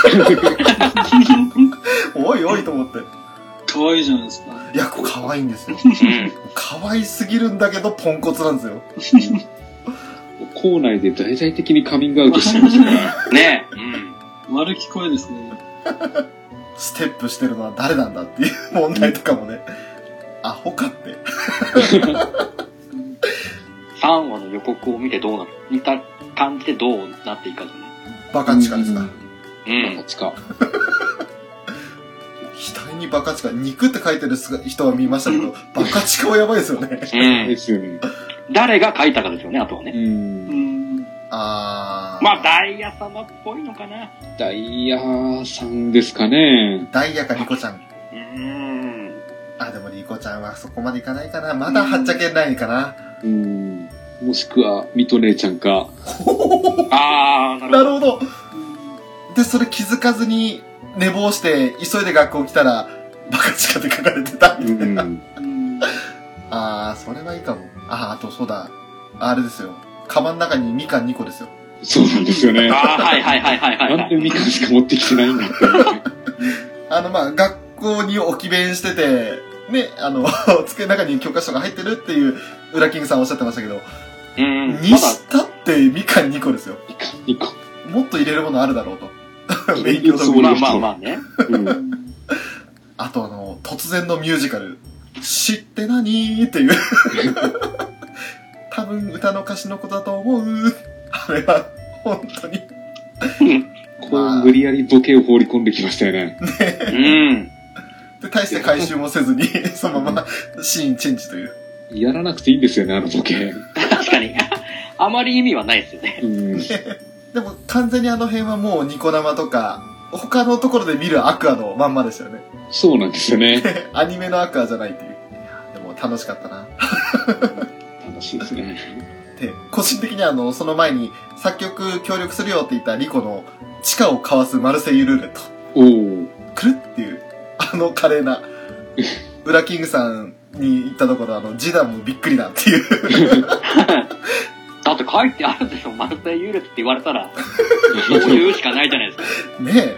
おいおいと思って。 可愛いじゃないですか。 いや、可愛いんですよ。可愛すぎるんだけどポンコツなんですよ。 校内で大々的にカミングアウトしてましたからね。 丸聞こえですね。 ステップしてるのは誰なんだっていう問題とかもね。アホかって。 3話の予告を見て見た感じでどうなっていくかとね。 バカチカですか。 バカチカ。 額にバカチカ、肉って書いてる人は見ましたけど、バカチカはやばいですよね。 ですよね。 誰が書いたかですよね、あとはね。 まあ、ダイヤ様っぽいのかな。 ダイヤさんですかね。 ダイヤかリコちゃん。でもリコちゃんはそこまでいかないかな。まだはっちゃけないかな。 もしくは、ミト姉ちゃんか。 なるほど。で、それ気づかずに寝坊して急いで学校来たらバカチカって書かれてたみたいな。それはいいかも。あとそうだ。あれですよ。カバンの中にみかん2個ですよ。 そうなんですよね。 なんでみかんしか持ってきてないんだって。 学校に置き弁してて、ね、机の中に教科書が入ってるっていうウラキングさんおっしゃってましたけど、にしたってみかん2個ですよ。 みかん2個。 もっと入れるものあるだろうと。勉強とまあね。 あと突然のミュージカル、知って何っていう。多分歌の歌詞のことだと思う。あれは、本当に。 無理やりボケを放り込んできましたよね。 で、大して回収もせずに、そのままシーンチェンジという。 やらなくていいんですよね、あのボケ。 確かに。あまり意味はないですよね。 でも完全にあの辺はもうニコ生とか、他のところで見るアクアのまんまでしたよね。 そうなんですよね。 アニメのアクアじゃないっていう。でも楽しかったな。 楽しいですね。 で、個人的にはその前に作曲協力するよって言ったリコの地下をかわすマルセイユルーレット。来るっていう、華麗な、ウラキングさんに行ったところ、ジダもびっくりだっていう。 だって書いてあるでしょ、マルセイユルって言われたら、そう言うしかないじゃないですか。 ねえ。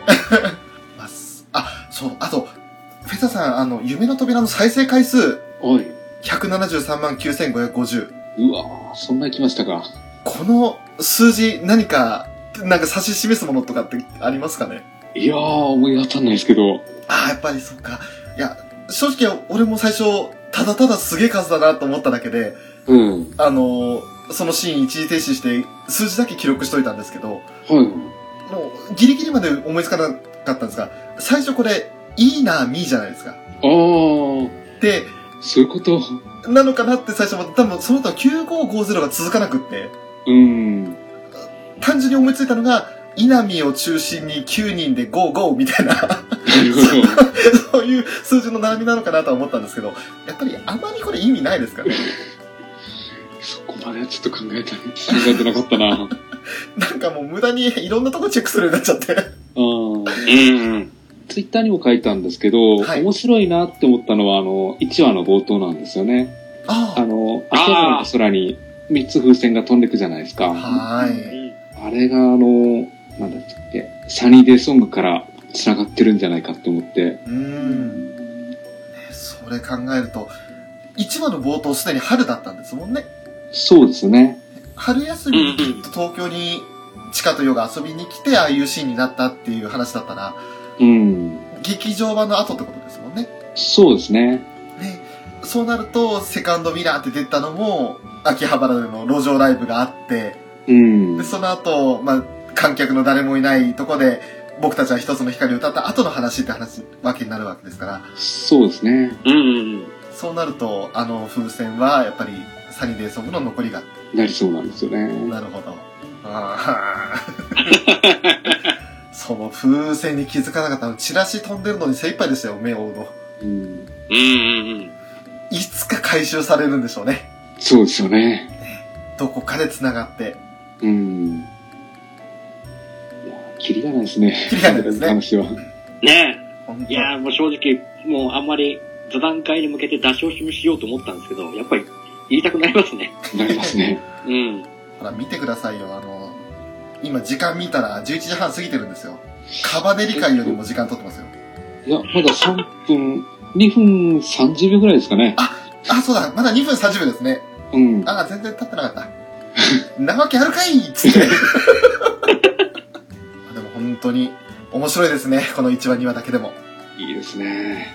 そう、あと、フェザさん、夢の扉の再生回数。173万9550。 うわぁ、そんなに来ましたか。 この数字、何か指し示すものとかってありますかね？ いやー、思い当たんないですけど。 やっぱりそっか。いや、正直俺も最初、ただただすげえ数だなと思っただけで、 そのシーン一時停止して数字だけ記録しといたんですけど、 はい。 もうギリギリまで思いつかなかったんですが、最初これ、いいな、みーじゃないですか。 ああ。 で、 そういうことなのかなって最初思って、多分その後は9550が続かなくって、単純に思いついたのが、稲見を中心に9人で55みたいなそういう数字の並びなのかなとは思ったんですけど、やっぱりあまりこれ意味ないですかね。 そこまではちょっと考えてなかったな。 なんかもう無駄にいろんなとこチェックするようになっちゃって。 ツイッターにも書いたんですけど、はい、面白いなって思ったのは、1話の冒頭なんですよね。秋葉原の空に3つ風船が飛んでくじゃないですか。 はい。 あれがなんだっけ、サニーデイソングから繋がってるんじゃないかって思って。 それ考えると、1話の冒頭すでに春だったんですもんね。 そうですね。 春休みにきっと東京にチカとヨが遊びに来て、ああいうシーンになったっていう話だったら、劇場版の後ってことですもんね。 そうですね。 そうなると、セカンドミラーって出たのも、秋葉原での路上ライブがあって、でその後、観客の誰もいないとこで、僕たちは一つの光を歌った後の話ってわけになるわけですから。 そうですね。 そうなると、風船はやっぱりサニーデイソングの残りが。 なりそうなんですよね。 なるほど。その風船に気づかなかったの、チラシ飛んでるのに精一杯でしたよ、目を追うの。いつか回収されるんでしょうね。 そうですよね。 どこかで繋がって。 いや、キリがないですね。 キリがないですね。 話は。 ねえ。いや、もう正直、もうあんまり座談会に向けて出し惜しみしようと思ったんですけど、やっぱり言いたくなりますね。 なりますね。 ほら、見てくださいよ。今時間見たら11時半過ぎてるんですよ。カバデリ会よりも時間取ってますよ。 いや、まだ3分、2分30秒ぐらいですかね。 そうだ、まだ2分30秒ですね。全然経ってなかった。なわけあるかいっつって。でも本当に面白いですね。この1話2話だけでも。 いいですね。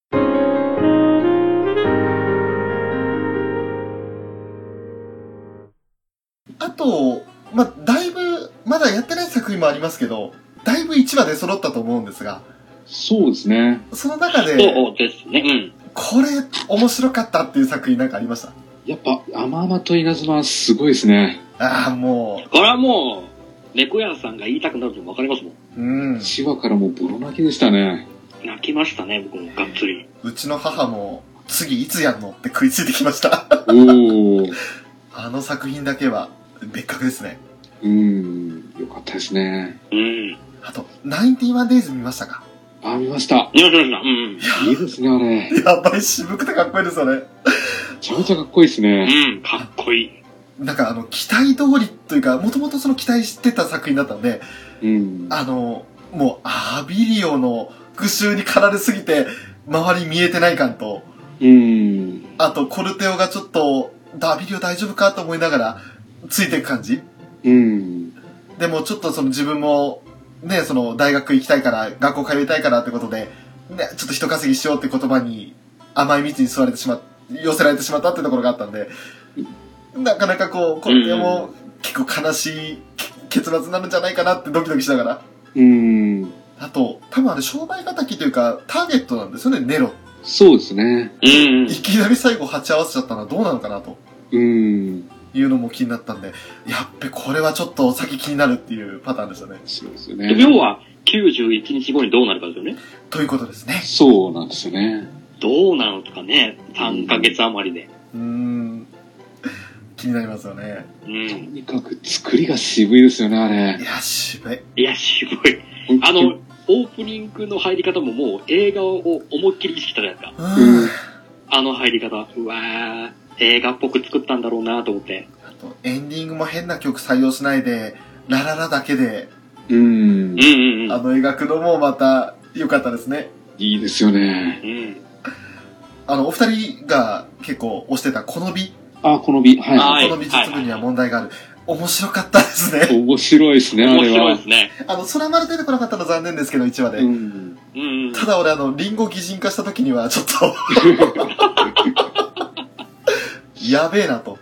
あと、だいぶ、まだやってない作品もありますけど、だいぶ1話で揃ったと思うんですが。 そうですね。 その中で、 そうですね。 これ、面白かったっていう作品なんかありました？ やっぱ、甘々と稲妻はすごいですね。 もう。 これはもう、猫屋さんが言いたくなるのもわかりますもん。 1話からもうボロ泣きでしたね。 泣きましたね、僕もがっつり。 うちの母も、次いつやんのって食いついてきました。あの作品だけは、別格ですね。 よかったですね。 あと、91 days 見ましたか？ 見ました。 見ました。 いいですね、あれ。 やっぱり渋くてかっこいいですよね。 めちゃめちゃかっこいいですね。 かっこいい。 なんか期待通りというか、もともとその期待してた作品だったんで、もう、アビリオの復讐に駆られすぎて、周り見えてない感と、あと、コルテオがちょっと、アビリオ大丈夫かと思いながら、ついていく感じ。でもちょっと自分も、ね、大学行きたいから、学校通いたいからってことで、ね、ちょっと人稼ぎしようって言葉に、甘い蜜に寄せられてしまったってところがあったんで、なかなかこれも結構悲しい結末になるんじゃないかなってドキドキしながら。あと、多分商売敵というか、ターゲットなんですよね、ネロ。 そうですね。 いきなり最後鉢合わせちゃったのはどうなのかなと。いうのも気になったんで、やっべ、これはちょっと先気になるっていうパターンでしたね。 そうですよね。 要は、91日後にどうなるかですよね。 ということですね。 そうなんですよね。 どうなのかね、3ヶ月余りで。 気になりますよね。 とにかく作りが渋いですよね、あれ。 いや、渋い。 オープニングの入り方ももう映画を思いっきり意識したじゃないですか。あの入り方。うわー、映画っぽく作ったんだろうなと思って。 あと、エンディングも変な曲採用しないで、ラララだけで、描くのもまた良かったですね。 いいですよね。 お二人が結構推してたこの美。 この美。はい。 この美術部には問題がある。面白かったですね。 面白いですね、あれは。面白いですね。 空丸出てこなかったの残念ですけど、1話で。ただ俺、リンゴ擬人化した時には、ちょっとやべえなと。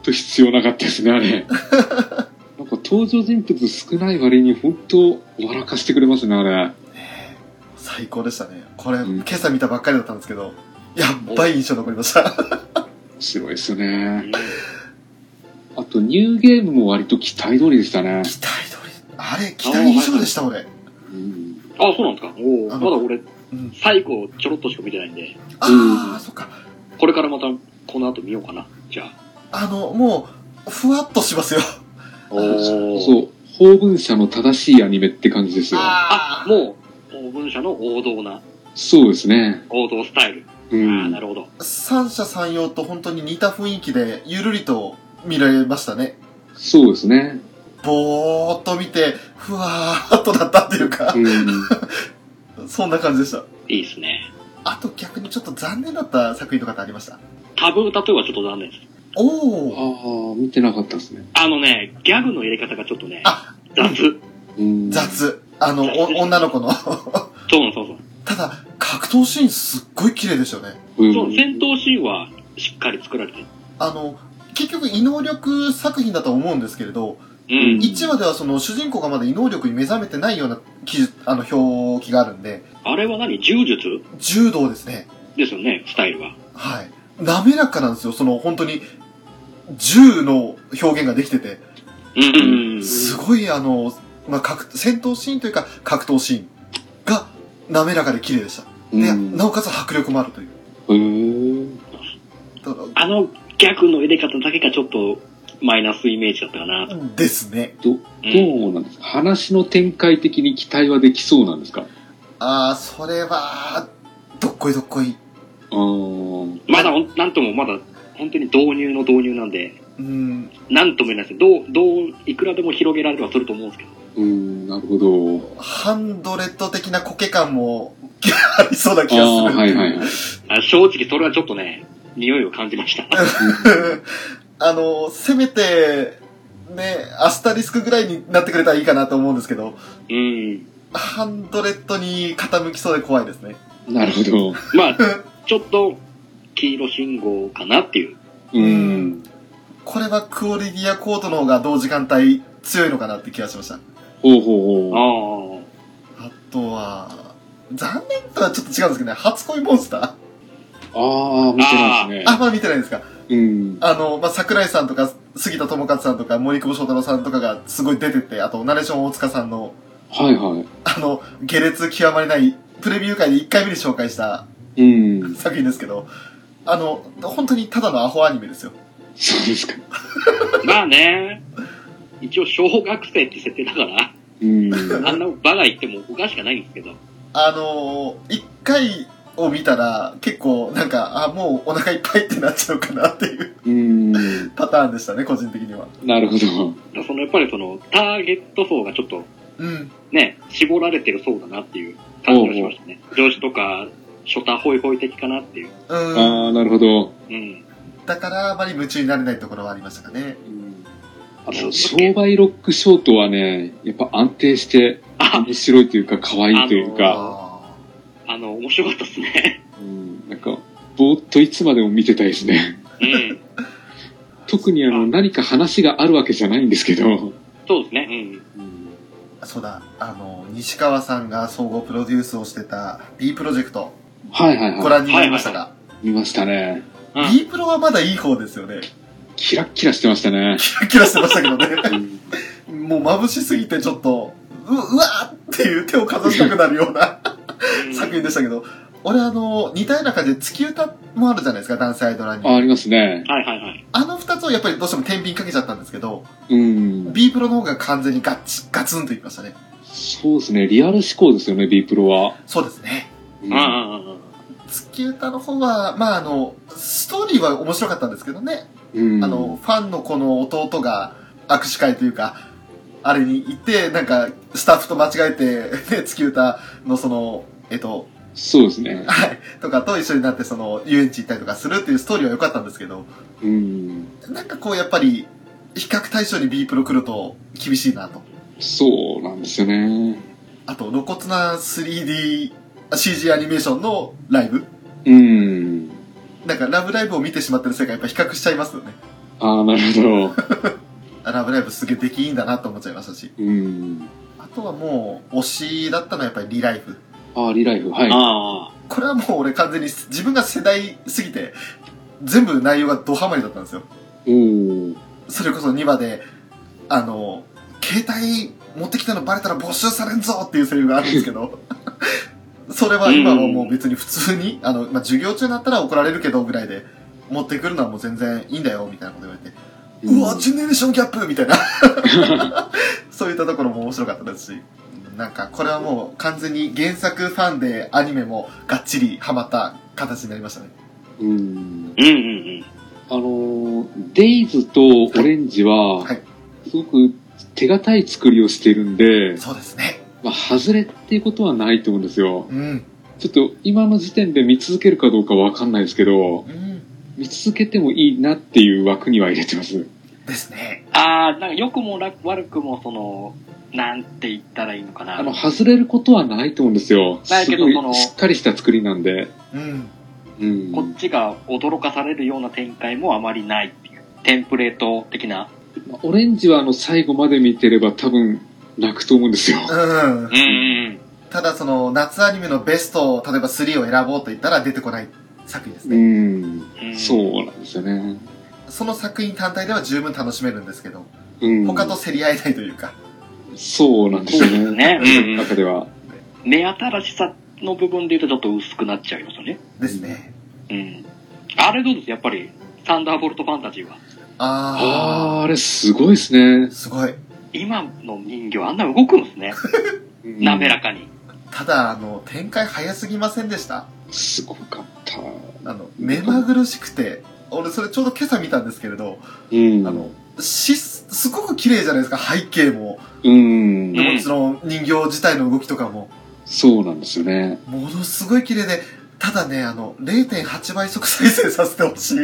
と必要なかったですね、あれ。なんか登場人物少ない割に本当笑かしてくれますね、あれ。 最高でしたね。これ、今朝見たばっかりだったんですけど、やっばい印象残りました。 面白いですよね。あと、ニューゲームも割と期待通りでしたね。 期待通り。あれ、期待以上でした、俺。 あ、そうなんですか。まだ俺、最後ちょろっとしか見てないんで。 ああ、そっか。 これからまた、この後見ようかな。じゃあ。もう、ふわっとしますよ。 そう。法文社の正しいアニメって感じですよ。 もう、法文社の王道な。 そうですね。 王道スタイル。なるほど。 三者三様と本当に似た雰囲気で、ゆるりと見られましたね。 そうですね。 ぼーっと見て、ふわーっとだったっていうか、そんな感じでした。 いいですね。 あと逆にちょっと残念だった作品とかってありました？ タブータトゥーはちょっと残念です。 見てなかったですね。 ギャグの入れ方がちょっとね、雑。 雑。女の子の。そうそう。 ただ、格闘シーンすっごい綺麗でしたよね。 そう、戦闘シーンはしっかり作られてる。 結局異能力作品だと思うんですけれど、1話ではその主人公がまだ異能力に目覚めてないような表記があるんで。 あれは何？柔術？ 柔道ですね。 ですよね、スタイルは。 はい。滑らかなんですよ、本当に、銃の表現ができてて。すごい戦闘シーンというか格闘シーンが滑らかで綺麗でした。で、なおかつ迫力もあるという。 ギャグの入れ方だけがちょっとマイナスイメージだったかな。 ですね。 どうなんですか？話の展開的に期待はできそうなんですか？ それは、どっこい。 まだ、なんともまだ、本当に導入なんで、なんとも言えないですけど、いくらでも広げられればすると思うんですけど。 なるほど。 ハンドレッド的なコケ感もありそうな気がする。 正直それはちょっとね、匂いを感じました。 せめて、ね、アスタリスクぐらいになってくれたらいいかなと思うんですけど、ハンドレッドに傾きそうで怖いですね。 なるほど。 ちょっと、黄色信号かなっていう。 これはクオリディアコードの方が同時間帯強いのかなって気がしました。あとは、残念とはちょっと違うんですけどね、初恋モンスター。 見てないですね。 まだ見てないですか。桜井さんとか、杉田智和さんとか、森久保翔太郎さんとかがすごい出てて、あと、ナレーション大塚さんの、下劣極まりない、プレビュー会で1回目に紹介した、作品ですけど、本当にただのアホアニメですよ。 そうですか。 まあね、一応小学生って設定だから、あんなバカ言ってもおかしくないんですけど。 1回を見たら、結構なんか、もうお腹いっぱいってなっちゃうかなっていうパターンでしたね、個人的には。 なるほど。 やっぱりターゲット層がちょっと、ね、絞られてる層だなっていう感じがしましたね。上司とか、ショタホイホイ的かなっていう。 なるほど。 だから、あまり夢中になれないところはありましたかね。 商売ロックショートはね、やっぱ安定して、面白いというか、可愛いというか。 面白かったですね。 なんか、ぼーっといつまでも見てたいですね。特に何か話があるわけじゃないんですけど。 そうですね。 そうだ、西川さんが総合プロデュースをしてた B プロジェクト。ご覧になりましたか？ 見ましたね。 B プロはまだいい方ですよね。 キラッキラしてましたね。 キラッキラしてましたけどね。もう眩しすぎてちょっと、うわーっていう手をかざしたくなるような作品でしたけど、俺似たような感じで月歌もあるじゃないですか、男性アイドルアニメ。 ありますね。 二つをやっぱりどうしても天秤かけちゃったんですけど、B プロの方が完全にガツンといきましたね。 そうですね、リアル思考ですよね、B プロは。 そうですね。月歌の方は、ストーリーは面白かったんですけどね。ファンのこの弟が握手会というか、あれに行って、なんか、スタッフと間違えて、ね、月歌のそうですね。 はい。とかと一緒になって、遊園地行ったりとかするっていうストーリーは良かったんですけど、なんかこう、やっぱり、比較対象に B プロ来ると厳しいなと。 そうなんですよね。 あと、露骨な 3D、CG アニメーションのライブ。なんか、ラブライブを見てしまってる世界やっぱ比較しちゃいますよね。 ああ、なるほど。 ラブライブすげえ出来いいんだなと思っちゃいましたし。あとはもう、推しだったのはやっぱりリライフ。 ああ、リライフ、はい。 これはもう俺完全に自分が世代すぎて、全部内容がドハマりだったんですよ。それこそ2話で、携帯持ってきたのバレたら没収されんぞっていうセリフがあるんですけど、それは今はもう別に普通に、授業中になったら怒られるけどぐらいで、持ってくるのはもう全然いいんだよ、みたいなこと言われて、うわ、ジェネレーションギャップみたいな。そういったところも面白かったですし、なんかこれはもう完全に原作ファンでアニメもがっちりハマった形になりましたね。 デイズとオレンジは、すごく手堅い作りをしているんで、 そうですね。 外れっていうことはないと思うんですよ。ちょっと今の時点で見続けるかどうかわかんないですけど、見続けてもいいなっていう枠には入れてます。 ですね。 なんか良くも悪くもなんて言ったらいいのかな。 外れることはないと思うんですよ。 ないけどしっかりした作りなんで。 こっちが驚かされるような展開もあまりないっていう。テンプレート的な。 オレンジは最後まで見てれば多分泣くと思うんですよ。 ただ夏アニメのベスト、例えば3を選ぼうと言ったら出てこない作品ですね。 そうなんですよね。 その作品単体では十分楽しめるんですけど、他と競り合えないというか。 そうなんですよね。中では。 目新しさの部分で言うとちょっと薄くなっちゃいますよね。 ですね。 あれどうですやっぱり、サンダーボルトファンタジーは。 あれすごいですね。 すごい。 今の人形あんな動くんですね。滑らかに。 ただ、展開早すぎませんでした？ すごかった。 目まぐるしくて、俺それちょうど今朝見たんですけれど、すごく綺麗じゃないですか、背景も。もちろん人形自体の動きとかも。 そうなんですよね。 ものすごい綺麗で、ただね、0.8 倍速再生させてほしい。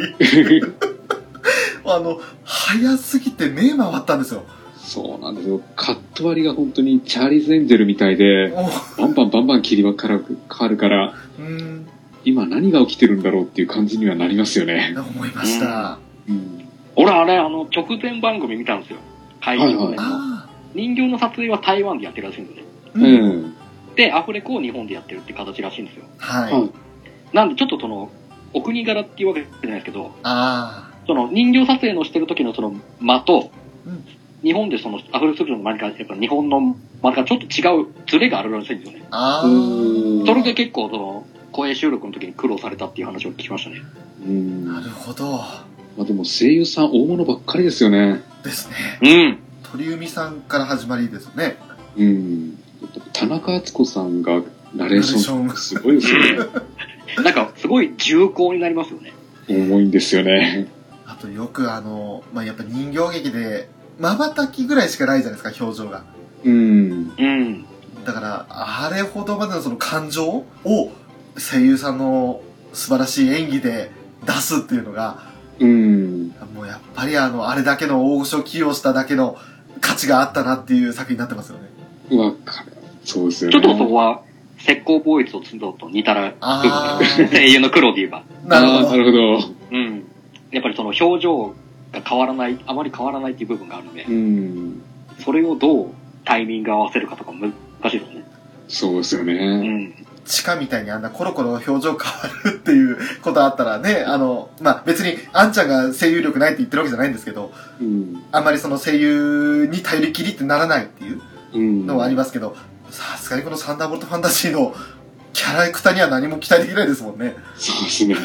早すぎて目回ったんですよ。 そうなんですよ。カット割りが本当にチャーリーズ・エンジェルみたいで、バンバン切り分かるから、今何が起きてるんだろうっていう感じにはなりますよね。 思いました。 俺あれ、直前番組見たんですよ。海外で。人形の撮影は台湾でやってるらしいんですね。で、アフレコを日本でやってるって形らしいんですよ。なんでちょっとお国柄っていうわけじゃないですけど、人形撮影のしてる時の間と、日本でアフレコするの間が、やっぱ日本の間がちょっと違うズレがあるらしいんですよね。それで結構声収録の時に苦労されたっていう話を聞きましたね。 なるほど。 でも声優さん大物ばっかりですよね。 ですね。鳥海さんから始まりですね。 田中敦子さんがナレーションすごいですよね。 なんかすごい重厚になりますよね。 重いんですよね。 あとよくやっぱ人形劇で瞬きぐらいしかないじゃないですか、表情が。だからあれほどまでの感情を声優さんの素晴らしい演技で出すっていうのが、もうやっぱりあれだけの大御所起用しただけの価値があったなっていう作品になってますよね。 わかる。そうですよね。 ちょっとそこは石膏ボーイズとツンドと似たら声優の黒で言えば。 なるほど。 やっぱり表情が変わらない、あまり変わらないっていう部分があるんで、それをどうタイミング合わせるかとか難しいですね。 そうですよね。 地下みたいにあんなコロコロ表情変わるっていうことあったらね、別にあんちゃんが声優力ないって言ってるわけじゃないんですけど、あんまり声優に頼りきりってならないっていうのはありますけど、さすがにこのサンダーボルトファンタジーのキャラクターには何も期待できないですもんね。 そうですね。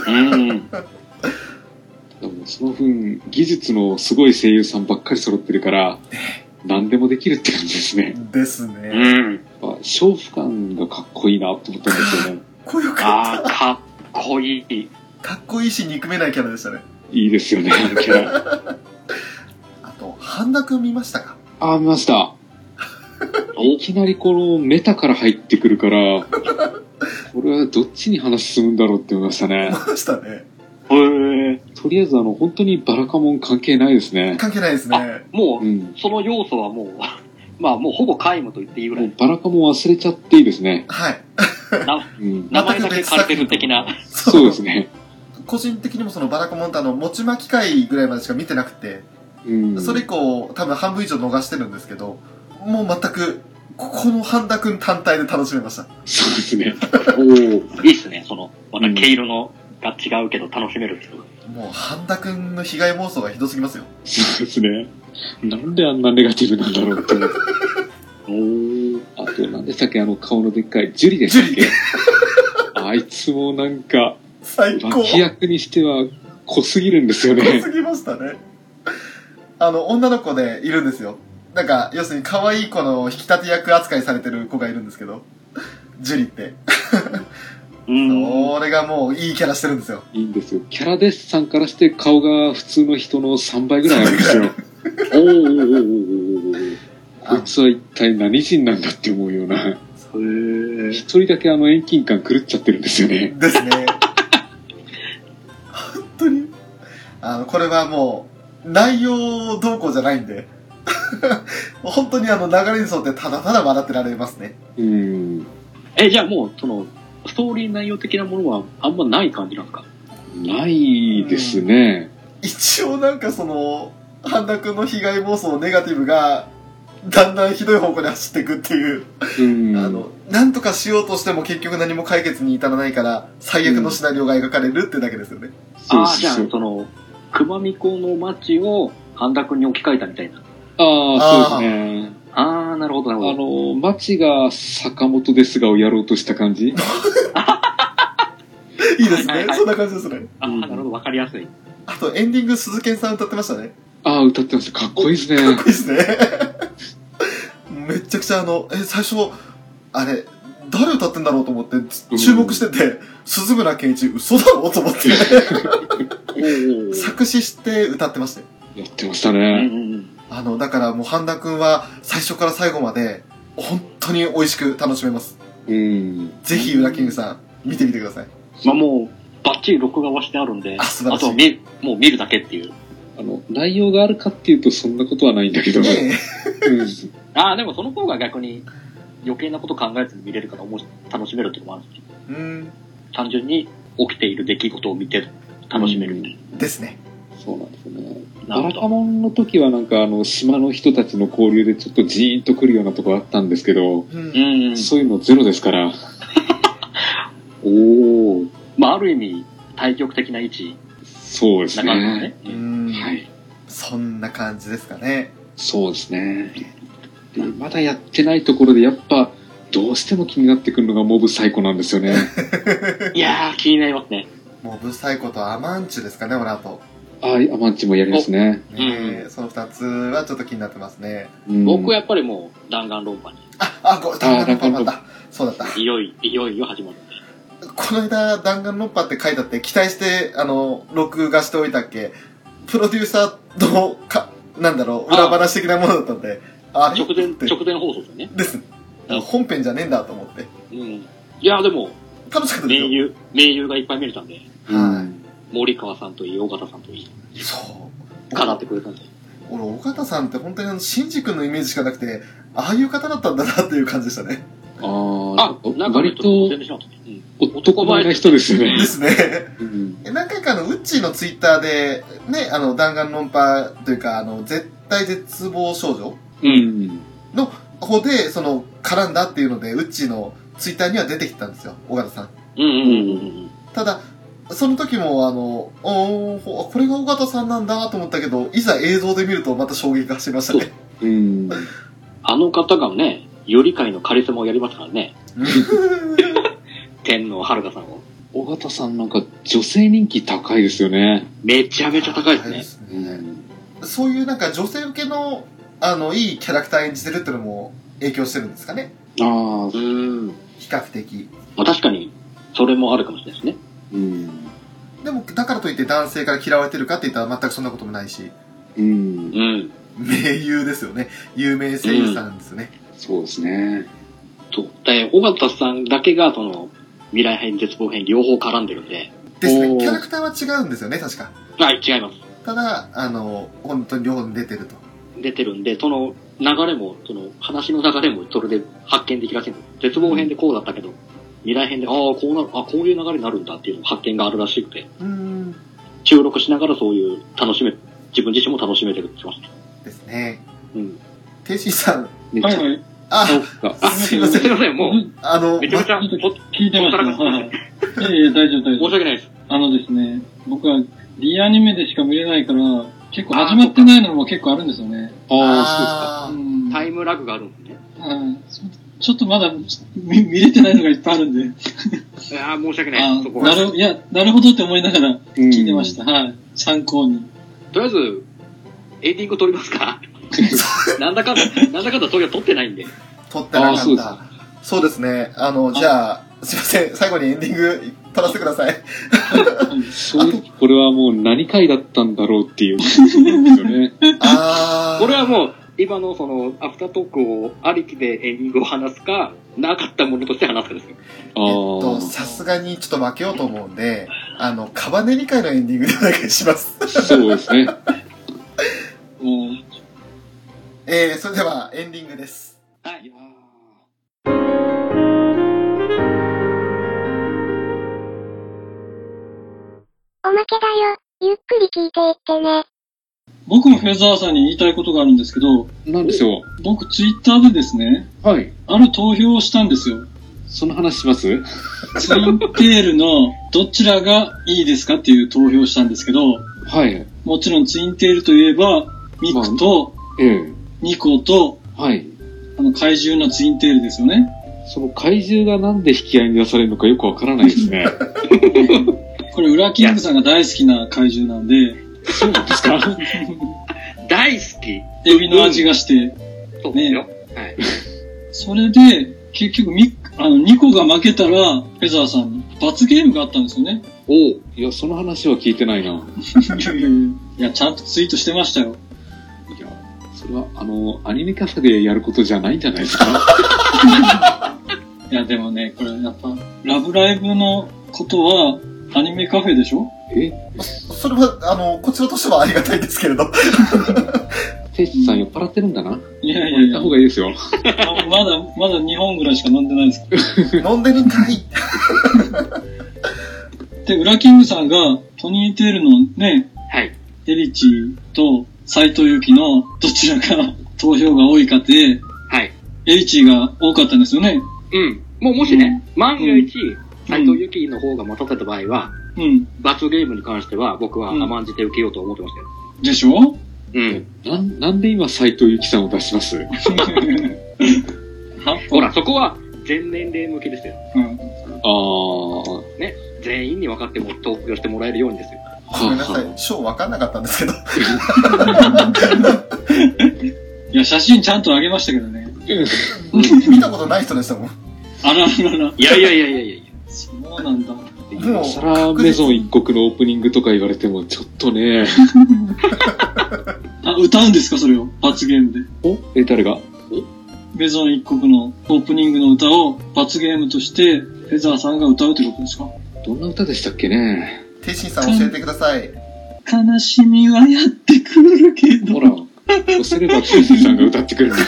でもその分、技術のすごい声優さんばっかり揃ってるから、何でもできるって感じですね。 ですね。 勝負感がかっこいいなと思ったんですよね。 かっこよかった。 かっこいい。 かっこいいし憎めないキャラでしたね。 いいですよね、キャラ。 あと、半田くん見ましたか？ 見ました。いきなりメタから入ってくるから、これはどっちに話進むんだろうって思いましたね。 思いましたね。 とりあえず本当にバラカモン関係ないですね。 関係ないですね。 もう、その要素はもう、もうほぼ皆無と言っていいぐらい。 バラカモン忘れちゃっていいですね。 はい。 名前だけカルテル的な。 そうですね。 個人的にもそのバラコモンタの持ち巻き会ぐらいまでしか見てなくて、それ以降多分半分以上逃してるんですけど、もう全くこの半田くん単体で楽しめました。 そうですね。 いいっすね。また毛色のが違うけど楽しめるっていう。 もう半田くんの被害妄想がひどすぎますよ。 そうですね。なんであんなネガティブなんだろうって思って。あと何でしたっけ、顔のでっかいジュリでしたっけ。あいつもなんか最高。 脇役にしては濃すぎるんですよね。 濃すぎましたね。女の子でいるんですよ。なんか要するに可愛い子の引き立て役扱いされてる子がいるんですけど、ジュリってそれがもういいキャラしてるんですよ。 いいんですよ。キャラデッサンからして顔が普通の人の3倍ぐらいあるんですよ。こいつは一体何人なんだって思うような。一人だけ遠近感狂っちゃってるんですよね。 ですね。本当にこれはもう内容動向じゃないんで本当に流れに沿ってただただ笑ってられますね。 じゃあもうストーリー内容的なものはあんまない感じなんですか？ ないですね。 一応なんか半田くんの被害妄想のネガティブがだんだんひどい方向に走っていくっていう、なんとかしようとしても結局何も解決に至らないから最悪のシナリオが描かれるってだけですよね。 じゃあ熊巫女の町を半田くんに置き換えたみたいな。 そうですね。 なるほどなるほど。 町が坂本ですがをやろうとした感じ。いいですね。そんな感じですね。 なるほど、わかりやすい。 あとエンディング鈴賢さん歌ってましたね。 歌ってました。かっこいいですね。 かっこいいですね。めちゃくちゃ最初あれ誰歌ってんだろうと思って注目してて、鈴村健一嘘だろと思って作詞して歌ってましたよ。 やってましたね。 だからもう半田くんは最初から最後まで本当に美味しく楽しめます。ぜひウラキングさん見てみてください。 もうバッチリ録画はしてあるんで、 素晴らしい。 あとはもう見るだけっていう。 内容があるかっていうとそんなことはないんだけど。 でもその方が逆に余計なこと考えずに見れるから楽しめるっていうのもあるし。単純に起きている出来事を見て楽しめるですね。 そうなんですね。バラカモンの時はなんか島の人たちの交流でちょっとジーンとくるようなとこあったんですけど、そういうのゼロですから。 ある意味対極的な位置。 そうですね。 はい。そんな感じですかね。 そうですね。でまだやってないところでやっぱどうしても気になってくるのがモブサイコなんですよね。 いやー気になりますね。 モブサイコとアマンチュですかね、この後。 アマンチもやりますね。 その2つはちょっと気になってますね。 僕はやっぱりもう弾丸論破に。 弾丸論破だ。そうだった。 いよいよ始まる。 この間弾丸論破って書いてあって期待して録画しておいたっけ、プロデューサーの裏話的なものだったんで、 直前放送ですよね。 です。本編じゃねえんだと思って。 いやでも楽しかったですよ。 名優がいっぱい見れたんで。森川さんといい、尾形さんといい。語ってくれたんで。 俺、尾形さんって本当にシンジ君のイメージしかなくて、ああいう方だったんだなっていう感じでしたね。 割と男前な人ですよね。 ですね。何回かウッチーのツイッターで、ね、弾丸論破というか、絶対絶望少女の方で、絡んだっていうので、ウッチーのツイッターには出てきたんですよ、尾形さん。ただ、その時もこれが尾形さんなんだと思ったけど、いざ映像で見るとまた衝撃が走りましたね。 あの方がね、より界のカリスマをやりますからね。天皇遥さんを。 尾形さんなんか女性人気高いですよね。 めちゃめちゃ高いですね。 そういうなんか女性受けのいいキャラクター演じてるっていうのも影響してるんですかね。比較的。 確かにそれもあるかもしれないですね。 でもだからといって男性から嫌われてるかって言ったら全くそんなこともないし。名優ですよね。有名声優さんですね。 そうですね。 尾形さんだけが未来編絶望編両方絡んでるんで。 ですね。キャラクターは違うんですよね、確か。 違います。 ただ本当に両方に出てると。 出てるんで、その流れも話の流れもそれで発見できるらしいんです。絶望編でこうだったけど、未来編でこういう流れになるんだっていう発見があるらしくて。 収録しながらそういう自分自身も楽しめてるって言ってました。 ですね。 うん。 てしさん。 はいはい。 すいません。 すいません、もう。めちゃめちゃ、 聞いてました。はい。いや、大丈夫、大丈夫。 申し訳ないです。 ですね、僕は D アニメでしか見れないから、結構始まってないのも結構あるんですよね。 ああ、そうですか。タイムラグがあるんですね。 ちょっとまだ見れてないのがいっぱいあるんで。いや申し訳ない。そこは。なるほどって思いながら聞いてました。はい。参考に。 とりあえず、エンディング撮りますか？なんだかんだ撮ってないんで。 撮ってなかった。そうですね。じゃあ、すいません。最後にエンディング撮らせてください。 これはもう何回だったんだろうっていう感じなんですよね。 これはもう、今のその、アフタートークをありきでエンディングを話すか、なかったものとして話すかですよ。 さすがにちょっと負けようと思うんで、カバネリ会のエンディングでお願いします。 そうですね。 それではエンディングです。 はい。 おまけだよ。ゆっくり聞いていってね。 僕もフェザーさんに言いたいことがあるんですけど。 なんでしょう。 僕ツイッターでですね。 はい。 ある投票をしたんですよ。 その話します？ ツインテールのどちらがいいですかっていう投票をしたんですけど。 はい。 もちろんツインテールといえば、ミクと、ニコと、 はい。 怪獣のツインテールですよね。 その怪獣がなんで引き合いに出されるのかよくわからないですね。 これ、ウラキングさんが大好きな怪獣なんで。 そうなんですか？ 大好き。 エビの味がして。 そうですよ。はい。 それで、結局ニコが負けたら、フェザーさんに罰ゲームがあったんですよね。 いや、その話は聞いてないな。 いや、ちゃんとツイートしてましたよ。 いや、それは、アニメカフェでやることじゃないんじゃないですか？ いや、でもね、これやっぱ、ラブライブのことは、アニメカフェでしょ？ それは、こちらとしてはありがたいですけれど。 テイシさん酔っ払ってるんだな。 いや。 行った方がいいですよ。 まだ2本ぐらいしか飲んでないですけど。 飲んでるんかい。 で、ウラキングさんが、ポニーテールのね、 はい。 エリチと斎藤由貴のどちらか投票が多いかで、 はい。 エリチが多かったんですよね。 うん。もしね、万が一、斎藤由貴の方が待たせた場合は、罰ゲームに関しては僕は甘んじて受けようと思ってましたよ。 でしょ？ うん。 なんで今斎藤由貴さんを出します？ ほら、そこは全年齢向けですよ。ね。全員に分かっても投票してもらえるようにですよ。 ごめんなさい。賞分かんなかったんですけど。 いや、写真ちゃんとあげましたけどね。 見たことない人でしたもん。 あら。 いや。 そうなんだ。 今更メゾン一国のオープニングとか言われてもちょっとね。 歌うんですかそれを罰ゲームで。 誰が？ メゾン一国のオープニングの歌を罰ゲームとしてフェザーさんが歌うってことですか？ どんな歌でしたっけね。 天心さん教えてください。 悲しみはやってくるけど。 ほら、そうすれば天心さんが歌ってくるんだ。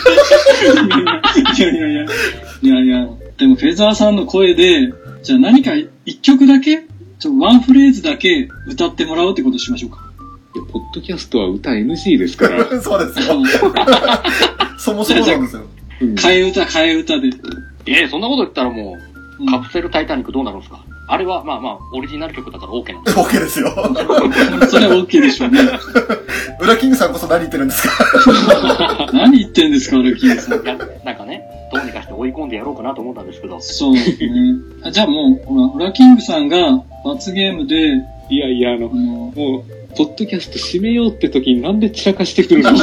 いや。でもフェザーさんの声で、じゃあ何か一曲だけワンフレーズだけ歌ってもらうってことしましょうか。 いや、ポッドキャストは歌 NG ですから。 そうですよ。そもそもなんですよ。 替え歌で。 そんなこと言ったらもう、カプセルタイタニックどうなるんですか？あれはまあ、オリジナル曲だから OK なんです。 OK ですよ。 それは OK でしょうね。 ウラキングさんこそ何言ってるんですか？ 何言ってんですか、ウラキングさん。 いや、なんかね、どうにかして追い込んでやろうかなと思ったんですけど。 そうですね。じゃあもう、ウラキングさんが罰ゲームで、 いや、もう、ポッドキャスト締めようって時になんで散らかしてくるの？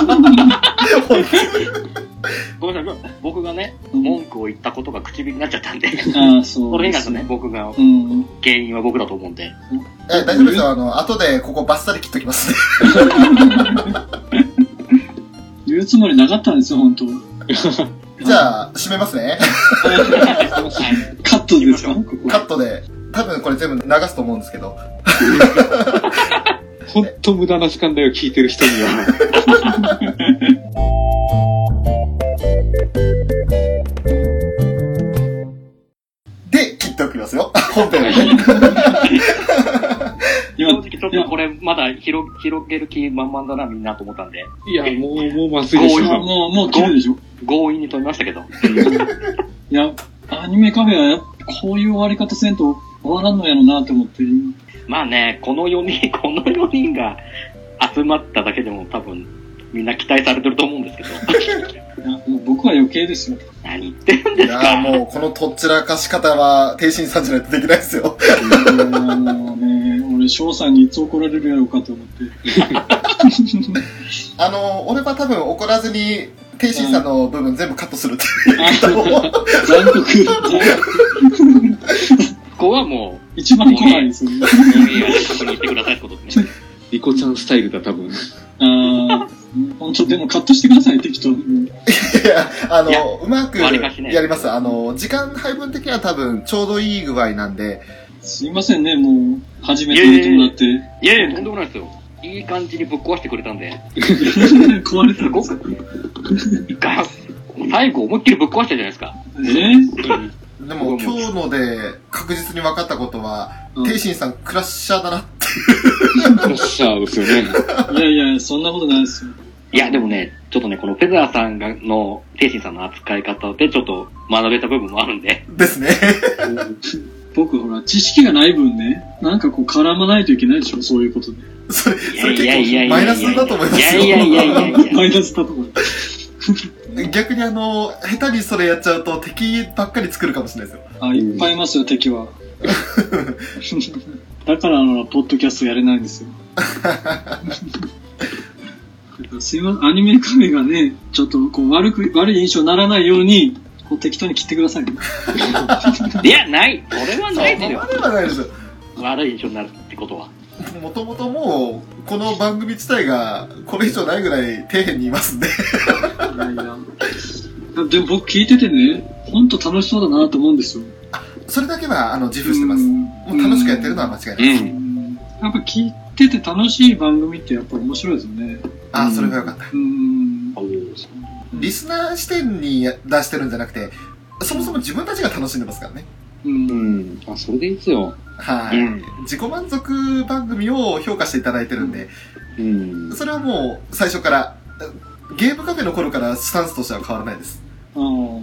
ごめんなさい、僕がね、文句を言ったことが唇になっちゃったんで。 そう。 これ以外のね、僕が、原因は僕だと思うんで。 大丈夫ですよ。後でここバッサリ切っときますね。 言うつもりなかったんですよ、本当。 じゃあ、締めますね。 カットですか？ カットで。多分これ全部流すと思うんですけど。 ほんと無駄な時間だよ、聞いてる人には。 で、切っておきますよ。本編。 正直ちょっとこれまだ広げる気満々だなみんなと思ったんで。 いや、もうまずいでしょ。 もう切るでしょ。 強引に飛びましたけど。 いや、アニメカフェはこういう終わり方せんと終わらんのやろなって思って。 まあね、この4人が集まっただけでも多分みんな期待されてると思うんですけど。 いや、もう僕は余計ですよ。 何言ってるんですか。 いや、もうこのとっちらかし方は、天心さんじゃないとできないですよ。 もうね、俺、翔さんにいつ怒られるやろうかと思って。 俺は多分怒らずに、天心さんの部分全部カットするって言うと思う。 残酷。 ここはもう、 一番怖いですよね。 確認してくださいってことですね。 リコちゃんスタイルだ、多分。 本当でもカットしてください、適当に。 いや、うまくやります。時間配分的には多分ちょうどいい具合なんで。 すいませんね、もう、初めて見てもらって。 いや、とんでもないですよ。いい感じにぶっ壊してくれたんで。 壊れたんですか？ 最後思いっきりぶっ壊したじゃないですか。 でも今日ので確実に分かったことは、天心さんクラッシャーだなっていう。 クラッシャーですよね。 いや、そんなことないですよ。 いや、でもね、ちょっとね、このフェザーさんの天心さんの扱い方でちょっと学べた部分もあるんで。 ですね。 僕ほら、知識がない分ね、なんかこう絡まないといけないでしょ、そういうことで。 それ結構マイナスだと思いますよ。 いや。 マイナスだと思います。 逆に下手にそれやっちゃうと敵ばっかり作るかもしれないですよ。 いっぱいいますよ、敵は。だからポッドキャストやれないんですよ。すいません、アニメカフェがね、ちょっとこう悪い印象にならないように、こう適当に切ってくださいね。 いや、ない。それはないですよ。 それはないですよ。 悪い印象になるってことは。 もともともう、この番組自体が、これ以上ないぐらい底辺にいますんで。 でも僕聞いててね、ほんと楽しそうだなと思うんですよ。 それだけは、自負してます。もう楽しくやってるのは間違いないです。 やっぱ聞いてて楽しい番組ってやっぱ面白いですよね。 それがよかった。リスナー視点に出してるんじゃなくて、そもそも自分たちが楽しんでますからね。 それでいいですよ。 はい。自己満足番組を評価していただいてるんで、それはもう最初から、ゲームカフェの頃からスタンスとしては変わらないです。 フ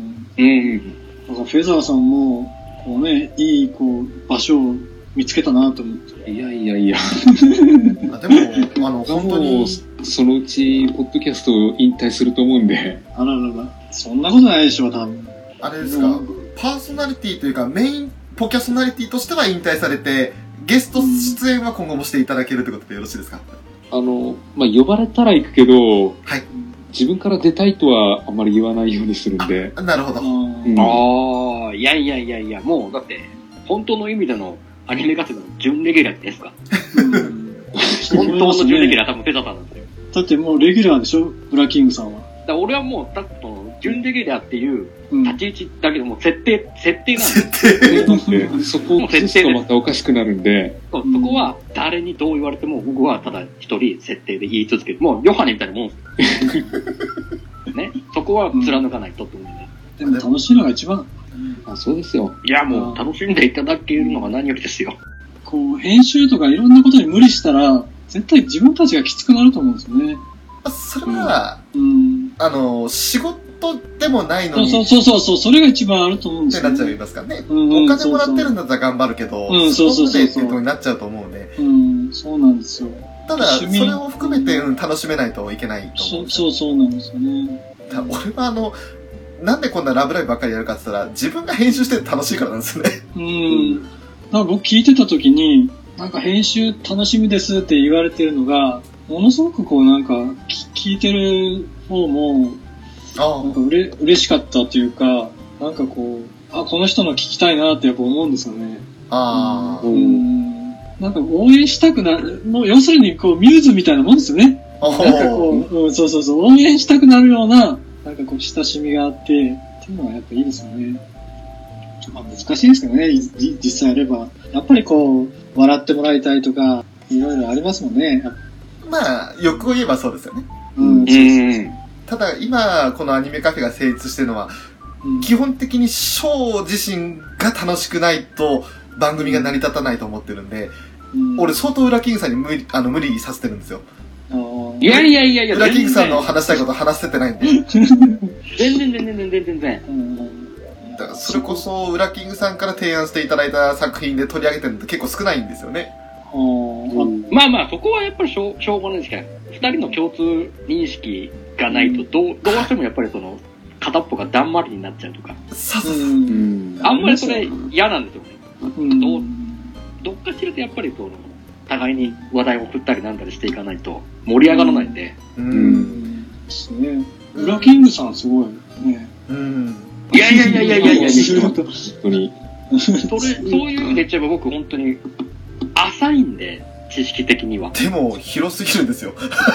ェザーさんも、こうね、いい場所を見つけたなと思って。 いや。 でも、本当に。 そのうち、ポッドキャストを引退すると思うんで。 あら。そんなことないでしょ、多分。 あれですか、パーソナリティというか、メインポキャソナリティとしては引退されて、ゲスト出演は今後もしていただけるということでよろしいですか？ 呼ばれたら行くけど、 はい。 自分から出たいとはあまり言わないようにするんで。 なるほど。 いや、もう、だって、本当の意味でのアニメ活動の準レギュラーですか？本当の準レギュラーは多分フェザーさんなんですよ。 だってもうレギュラーでしょ、ブラキングさんは。 俺はもう、準レギュラーっていう立ち位置だけども、設定なんですよ。 そこを崩すとまたおかしくなるんで。 そこは誰にどう言われても、僕はただ一人設定で言い続ける。もう、ヨハネみたいなもんですよ。ね。そこは貫かないとって思うんで。 でも楽しいのが一番。 そうですよ。 いや、もう楽しんでいただけるのが何よりですよ。 編集とかいろんなことに無理したら、絶対自分たちがきつくなると思うんですよね。 それは、仕事でもないのに。 そう、それが一番あると思うんですよ、 ってなっちゃいますからね。お金もらってるんだったら頑張るけど、そうっていうことになっちゃうと思うんで。 そうなんですよ。 ただ、それを含めて、楽しめないといけないと思う。 そうなんですよね。 俺はなんでこんなラブライブばっかりやるかって言ったら、自分が編集して楽しいからなんですよね。 なんか僕聞いてた時に、なんか編集楽しみですって言われてるのが、ものすごくなんか聞いてる方も、なんか嬉しかったというか、なんかこの人の聞きたいなってやっぱ思うんですよね。なんか応援したくなる、要するにミューズみたいなもんですよね。なんかそう、応援したくなるような、なんか親しみがあって、っていうのがやっぱいいですよね。難しいですけどね、実際やれば。やっぱり笑ってもらいたいとか、いろいろありますもんね。 欲を言えばそうですよね。ただ、今、このアニメカフェが成立してるのは、基本的にショー自身が楽しくないと、番組が成り立たないと思ってるんで、 俺相当ウラキングさんに無理させてるんですよ。 いや、 ウラキングさんの話したいこと話せてないんで。 全然。 だからそれこそウラキングさんから提案していただいた作品で取り上げてるのって結構少ないんですよね。 まあそこはやっぱりしょうがないですけど、二人の共通認識がないとどうしてもやっぱりその片っぽがだんまりになっちゃうとか。あんまりそれ嫌なんですよね。どっかしらでやっぱりその互いに話題を振ったりなんだりしていかないと盛り上がらないんで。 ですね。ウラキングさんすごいね。 いや、本当に。そういう意味で言っちゃえば僕本当に浅いんで、知識的には。 でも、広すぎるんですよ。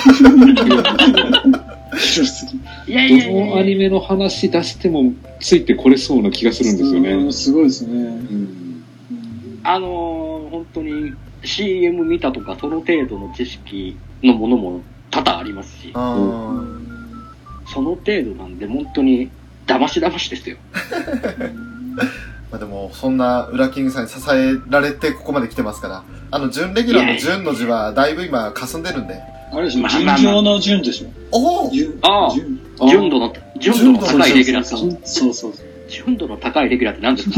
広すぎ。 どのアニメの話出してもついてこれそうな気がするんですよね。 すごいですね。 本当に CM 見たとかその程度の知識のものも多々ありますし、その程度なんで本当にだましですよ。 まあでもそんなウラキングさんに支えられてここまで来てますから、準レギュラーの準の字はだいぶ今霞んでるんで。 あれでしょ、順調の順でしょ。 純度の高いレギュラーさん。 そう。 純度の高いレギュラーって何ですか？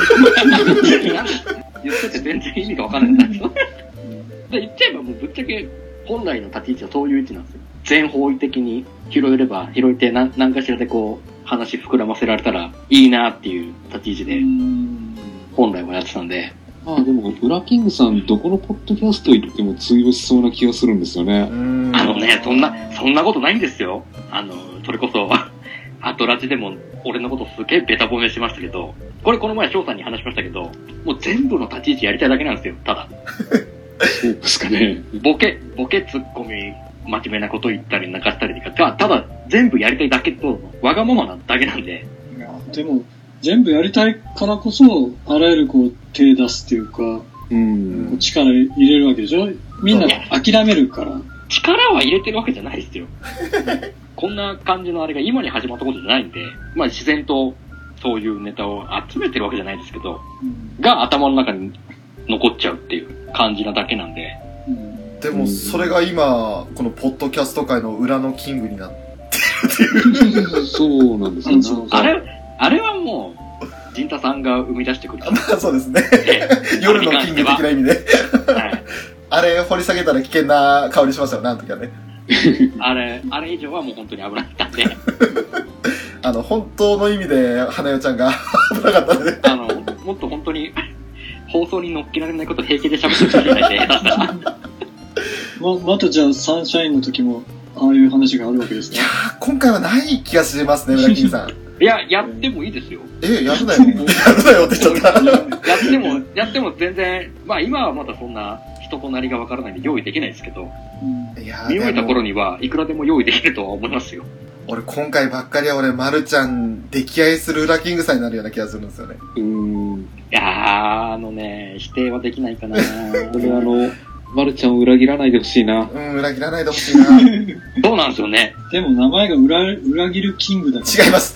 言ってて全然意味がわからないんだけど。言っちゃえばもうぶっちゃけ本来の立ち位置はそういう位置なんですよ。全方位的に拾えれば拾えて何かしらでこう話膨らませられたらいいなっていう立ち位置で本来はやってたんで。 でもウラキングさんどこのポッドキャスト行っても通用しそうな気がするんですよね。 そんなことないんですよ。それこそアトラジでも俺のことすげえベタ褒めしましたけど、この前翔さんに話しましたけど、もう全部の立ち位置やりたいだけなんですよ。ただそうですかね。 ボケツッコミ真面目なこと言ったり泣かしたりとかただ全部やりたいだけとわがままなだけなんで。 いやでも全部やりたいからこそあらゆるこう手出すっていうか、こう力入れるわけでしょ。みんな諦めるから。 力は入れてるわけじゃないですよ。こんな感じのあれが今に始まったことじゃないんで、まあ自然とそういうネタを集めてるわけじゃないですけど、が頭の中に残っちゃうっていう感じなだけなんで。 でもそれが今このポッドキャスト界の裏のキングになってるっていう。 そうなんですよ。 あれはもう陣太さんが生み出してくる。 そうですね。夜のキング的な意味で。あれ掘り下げたら危険な香りしましたよ、なんとかね。 あれ以上はもう本当に危なかったんで。 本当の意味で花代ちゃんが危なかったので。 もっと本当に放送に乗っけられないこと平気で喋ってるじゃないで、だったら。 またじゃあサンシャインの時もああいう話があるわけですね。 いや今回はない気がしますね、裏金さん。 いや、やってもいいですよ。 やるなよ。やるなよって言っちゃった。 やっても全然、まあ今はまだそんな人となりがわからないんで用意できないですけど、見終えた頃にはいくらでも用意できるとは思いますよ。 俺今回ばっかりはまるちゃん溺愛する裏キングさんになるような気がするんですよね。 いや否定はできないかな。 これまるちゃんを裏切らないでほしいな。 裏切らないでほしいな。 そうなんですよね。 でも名前が裏切るキングだから。 違います。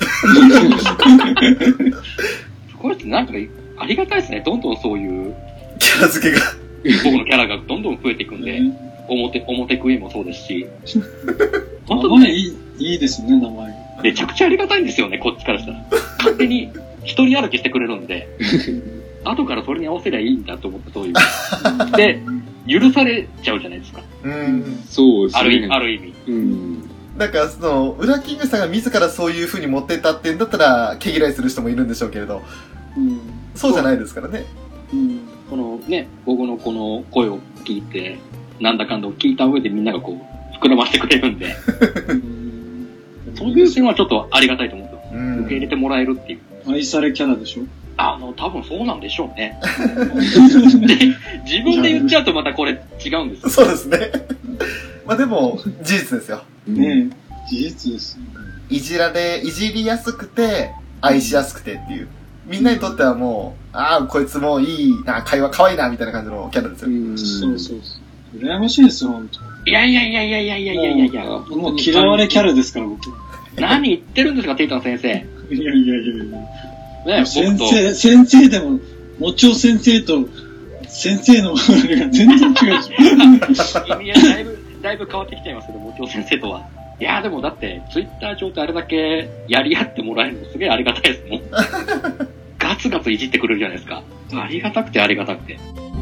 これってなんかありがたいですね。どんどんそういうキャラ付けが僕のキャラがどんどん増えていくんで、表食いもそうですし。 本当にいいですね、名前。 めちゃくちゃありがたいんですよね、こっちからしたら。勝手に一人歩きしてくれるんで、後からそれに合わせりゃいいんだと思ってそういう。で、許されちゃうじゃないですか。 そうですね。 ある意味。 なんか裏キングさんが自らそういう風に持ってったってんだったら毛嫌いする人もいるんでしょうけれど、そうじゃないですからね。 このね、僕のこの声を聞いて、なんだかんだを聞いた上でみんながこう、膨らましてくれるんで、そういう点はちょっとありがたいと思うんですよ。受け入れてもらえるっていう。 愛されキャラでしょ？ 多分そうなんでしょうね。自分で言っちゃうとまたこれ違うんですよ。 そうですね。まあでも、事実ですよ。 ねえ、事実です。 いじりやすくて、愛しやすくてっていう。みんなにとってはもう、こいつもういいな、会話可愛いな、みたいな感じのキャラですよ。 そう。羨ましいですよ、本当。 いや。 もう嫌われキャラですから、僕。 何言ってるんですか、テイタン先生。 いや。 ね、 先生でも、もちお先生と、 先生のが全然違うし。 意味合いだいぶ変わってきちゃいますけど、もちろん先生とは。いやでもだって、ツイッター上であれだけやり合ってもらえるのすげえありがたいですもん。ガツガツいじってくれるじゃないですか。ありがたくてありがたくて。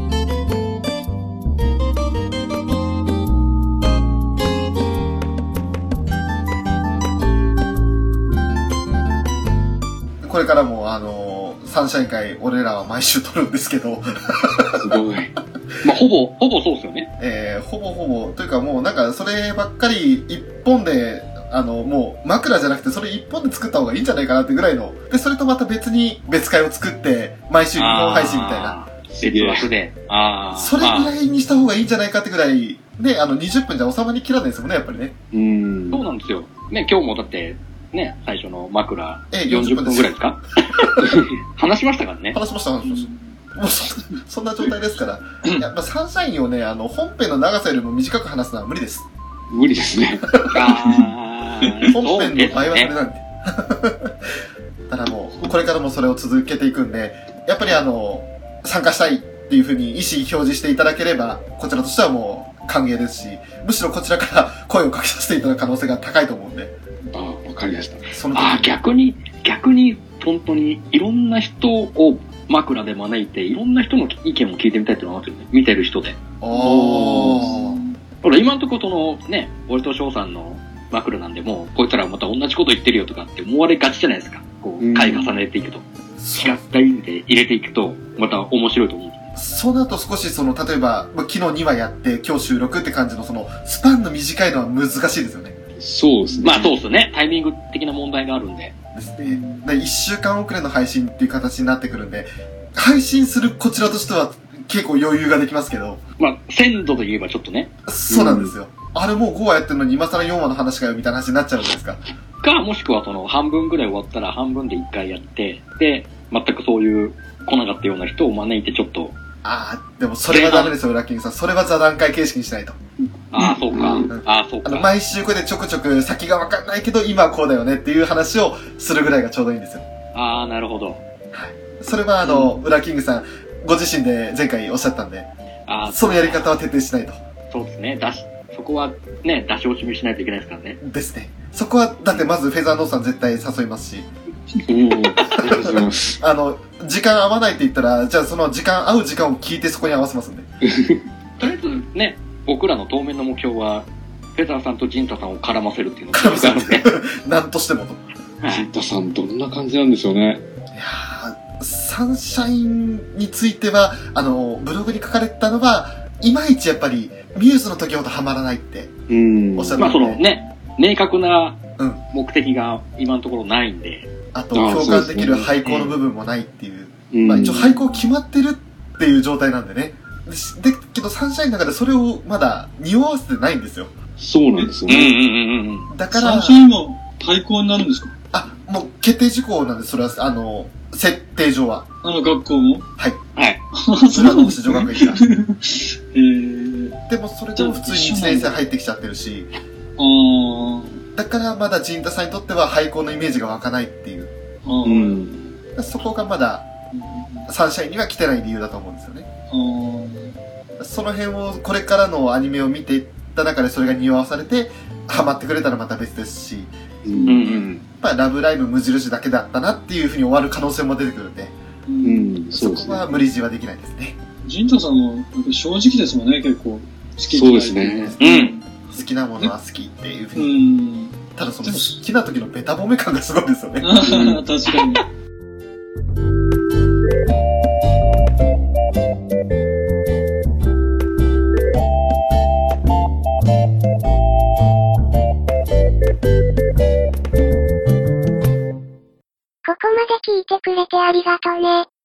これからもサンシャイン会俺らは毎週撮るんですけどすごい。 まあほぼそうですよね。 ほぼというかもうなんかそればっかり一本でもう枕じゃなくてそれ一本で作った方がいいんじゃないかなってぐらいので、それとまた別に別会を作って毎週2本配信みたいな別枠でそれぐらいにした方がいいんじゃないかってぐらいで20分じゃ収まりきらないですもんね、やっぱりね。 そうなんですよね。今日もだってね、最初の枕40分ぐらいですか話しましたからね。 話しました。もうそんな状態ですから。やっぱサンシャインをね、本編の長さよりも短く話すのは無理です。 無理ですね。 本編の場合はそれなんで。ただもう、これからもそれを続けていくんで、やっぱり参加したいっていう風に意思表示していただければ、こちらとしてはもう歓迎ですし、むしろこちらから声をかけさせていただく可能性が高いと思うんで。 わかりました。 逆に、本当に、いろんな人を枕で招いて、いろんな人の意見を聞いてみたいっていうのがあってるね。見てる人で。ほら、今のところその、ね、俺と翔さんの枕なんでもう、こいつらまた同じこと言ってるよとかって思われがちじゃないですか。こう、回重ねていくと。違った意味で入れていくと、また面白いと思う。 そうなると少し例えば、昨日2話やって今日収録って感じのスパンの短いのは難しいですよね。 そうですね。 まあそうですね。タイミング的な問題があるんで。 ですね。1週間遅れの配信っていう形になってくるんで、配信するこちらとしては結構余裕ができますけど。 まあ、鮮度といえばちょっとね。 そうなんですよ。あれもう5話やってるのに今更4話の話かよみたいな話になっちゃうじゃないですか。 もしくは半分ぐらい終わったら半分で1回やって、で、全くそういう来なかったような人を招いてちょっと。 でもそれはダメですよ、ラッキングさん。それは座談会形式にしないと。 そうか。そうか。 毎週これでちょくちょく先がわかんないけど、今はこうだよねっていう話をするぐらいがちょうどいいんですよ。 なるほど。 はい。それはウラキングさん、ご自身で前回おっしゃったんで、そのやり方は徹底しないと。 そうですね。そこはね、出し惜しみしないといけないですからね。 ですね。そこは、だってまずフェザーノーさん絶対誘いますし。時間合わないって言ったら、じゃあその合う時間を聞いてそこに合わせますんで。 とりあえずね、僕らの当面の目標は、フェザーさんとジンタさんを絡ませるっていうのが絡ませるね。なんとしてもと。 ジンタさんどんな感じなんでしょうね。 いやー、サンシャインについては、ブログに書かれてたのは、いまいちやっぱり、ミューズの時ほどハマらないって、おっしゃる。 まあ明確な目的が今のところないんで。 あと、共感できる廃校の部分もないっていう。まあ一応廃校決まってるっていう状態なんでね。けどサンシャインの中でそれをまだ匂わせてないんですよ。 そうなんですよね。 だから。 サンシャインも廃校になるんですか？ もう決定事項なんです、それは、設定上は。 学校も？ はい。 はい。 それはもう市場学園が。でもそれでも普通に1年生入ってきちゃってるし。だからまだジンタさんにとっては廃校のイメージが湧かないっていう。そこがまだ、サンシャインには来てない理由だと思うんですよね。その辺をこれからのアニメを見ていった中でそれが匂わされて、ハマってくれたらまた別ですし。やっぱりラブライブ無印だけだったなっていうふうに終わる可能性も出てくるんで。そこは無理強いはできないですね。 ジンタさんも正直ですもんね、結構。好きそうですね。 好きなものは好きっていうふうに。ただその好きな時のベタ褒め感がすごいですよね。 確かに。 ここまで聞いてくれてありがとね。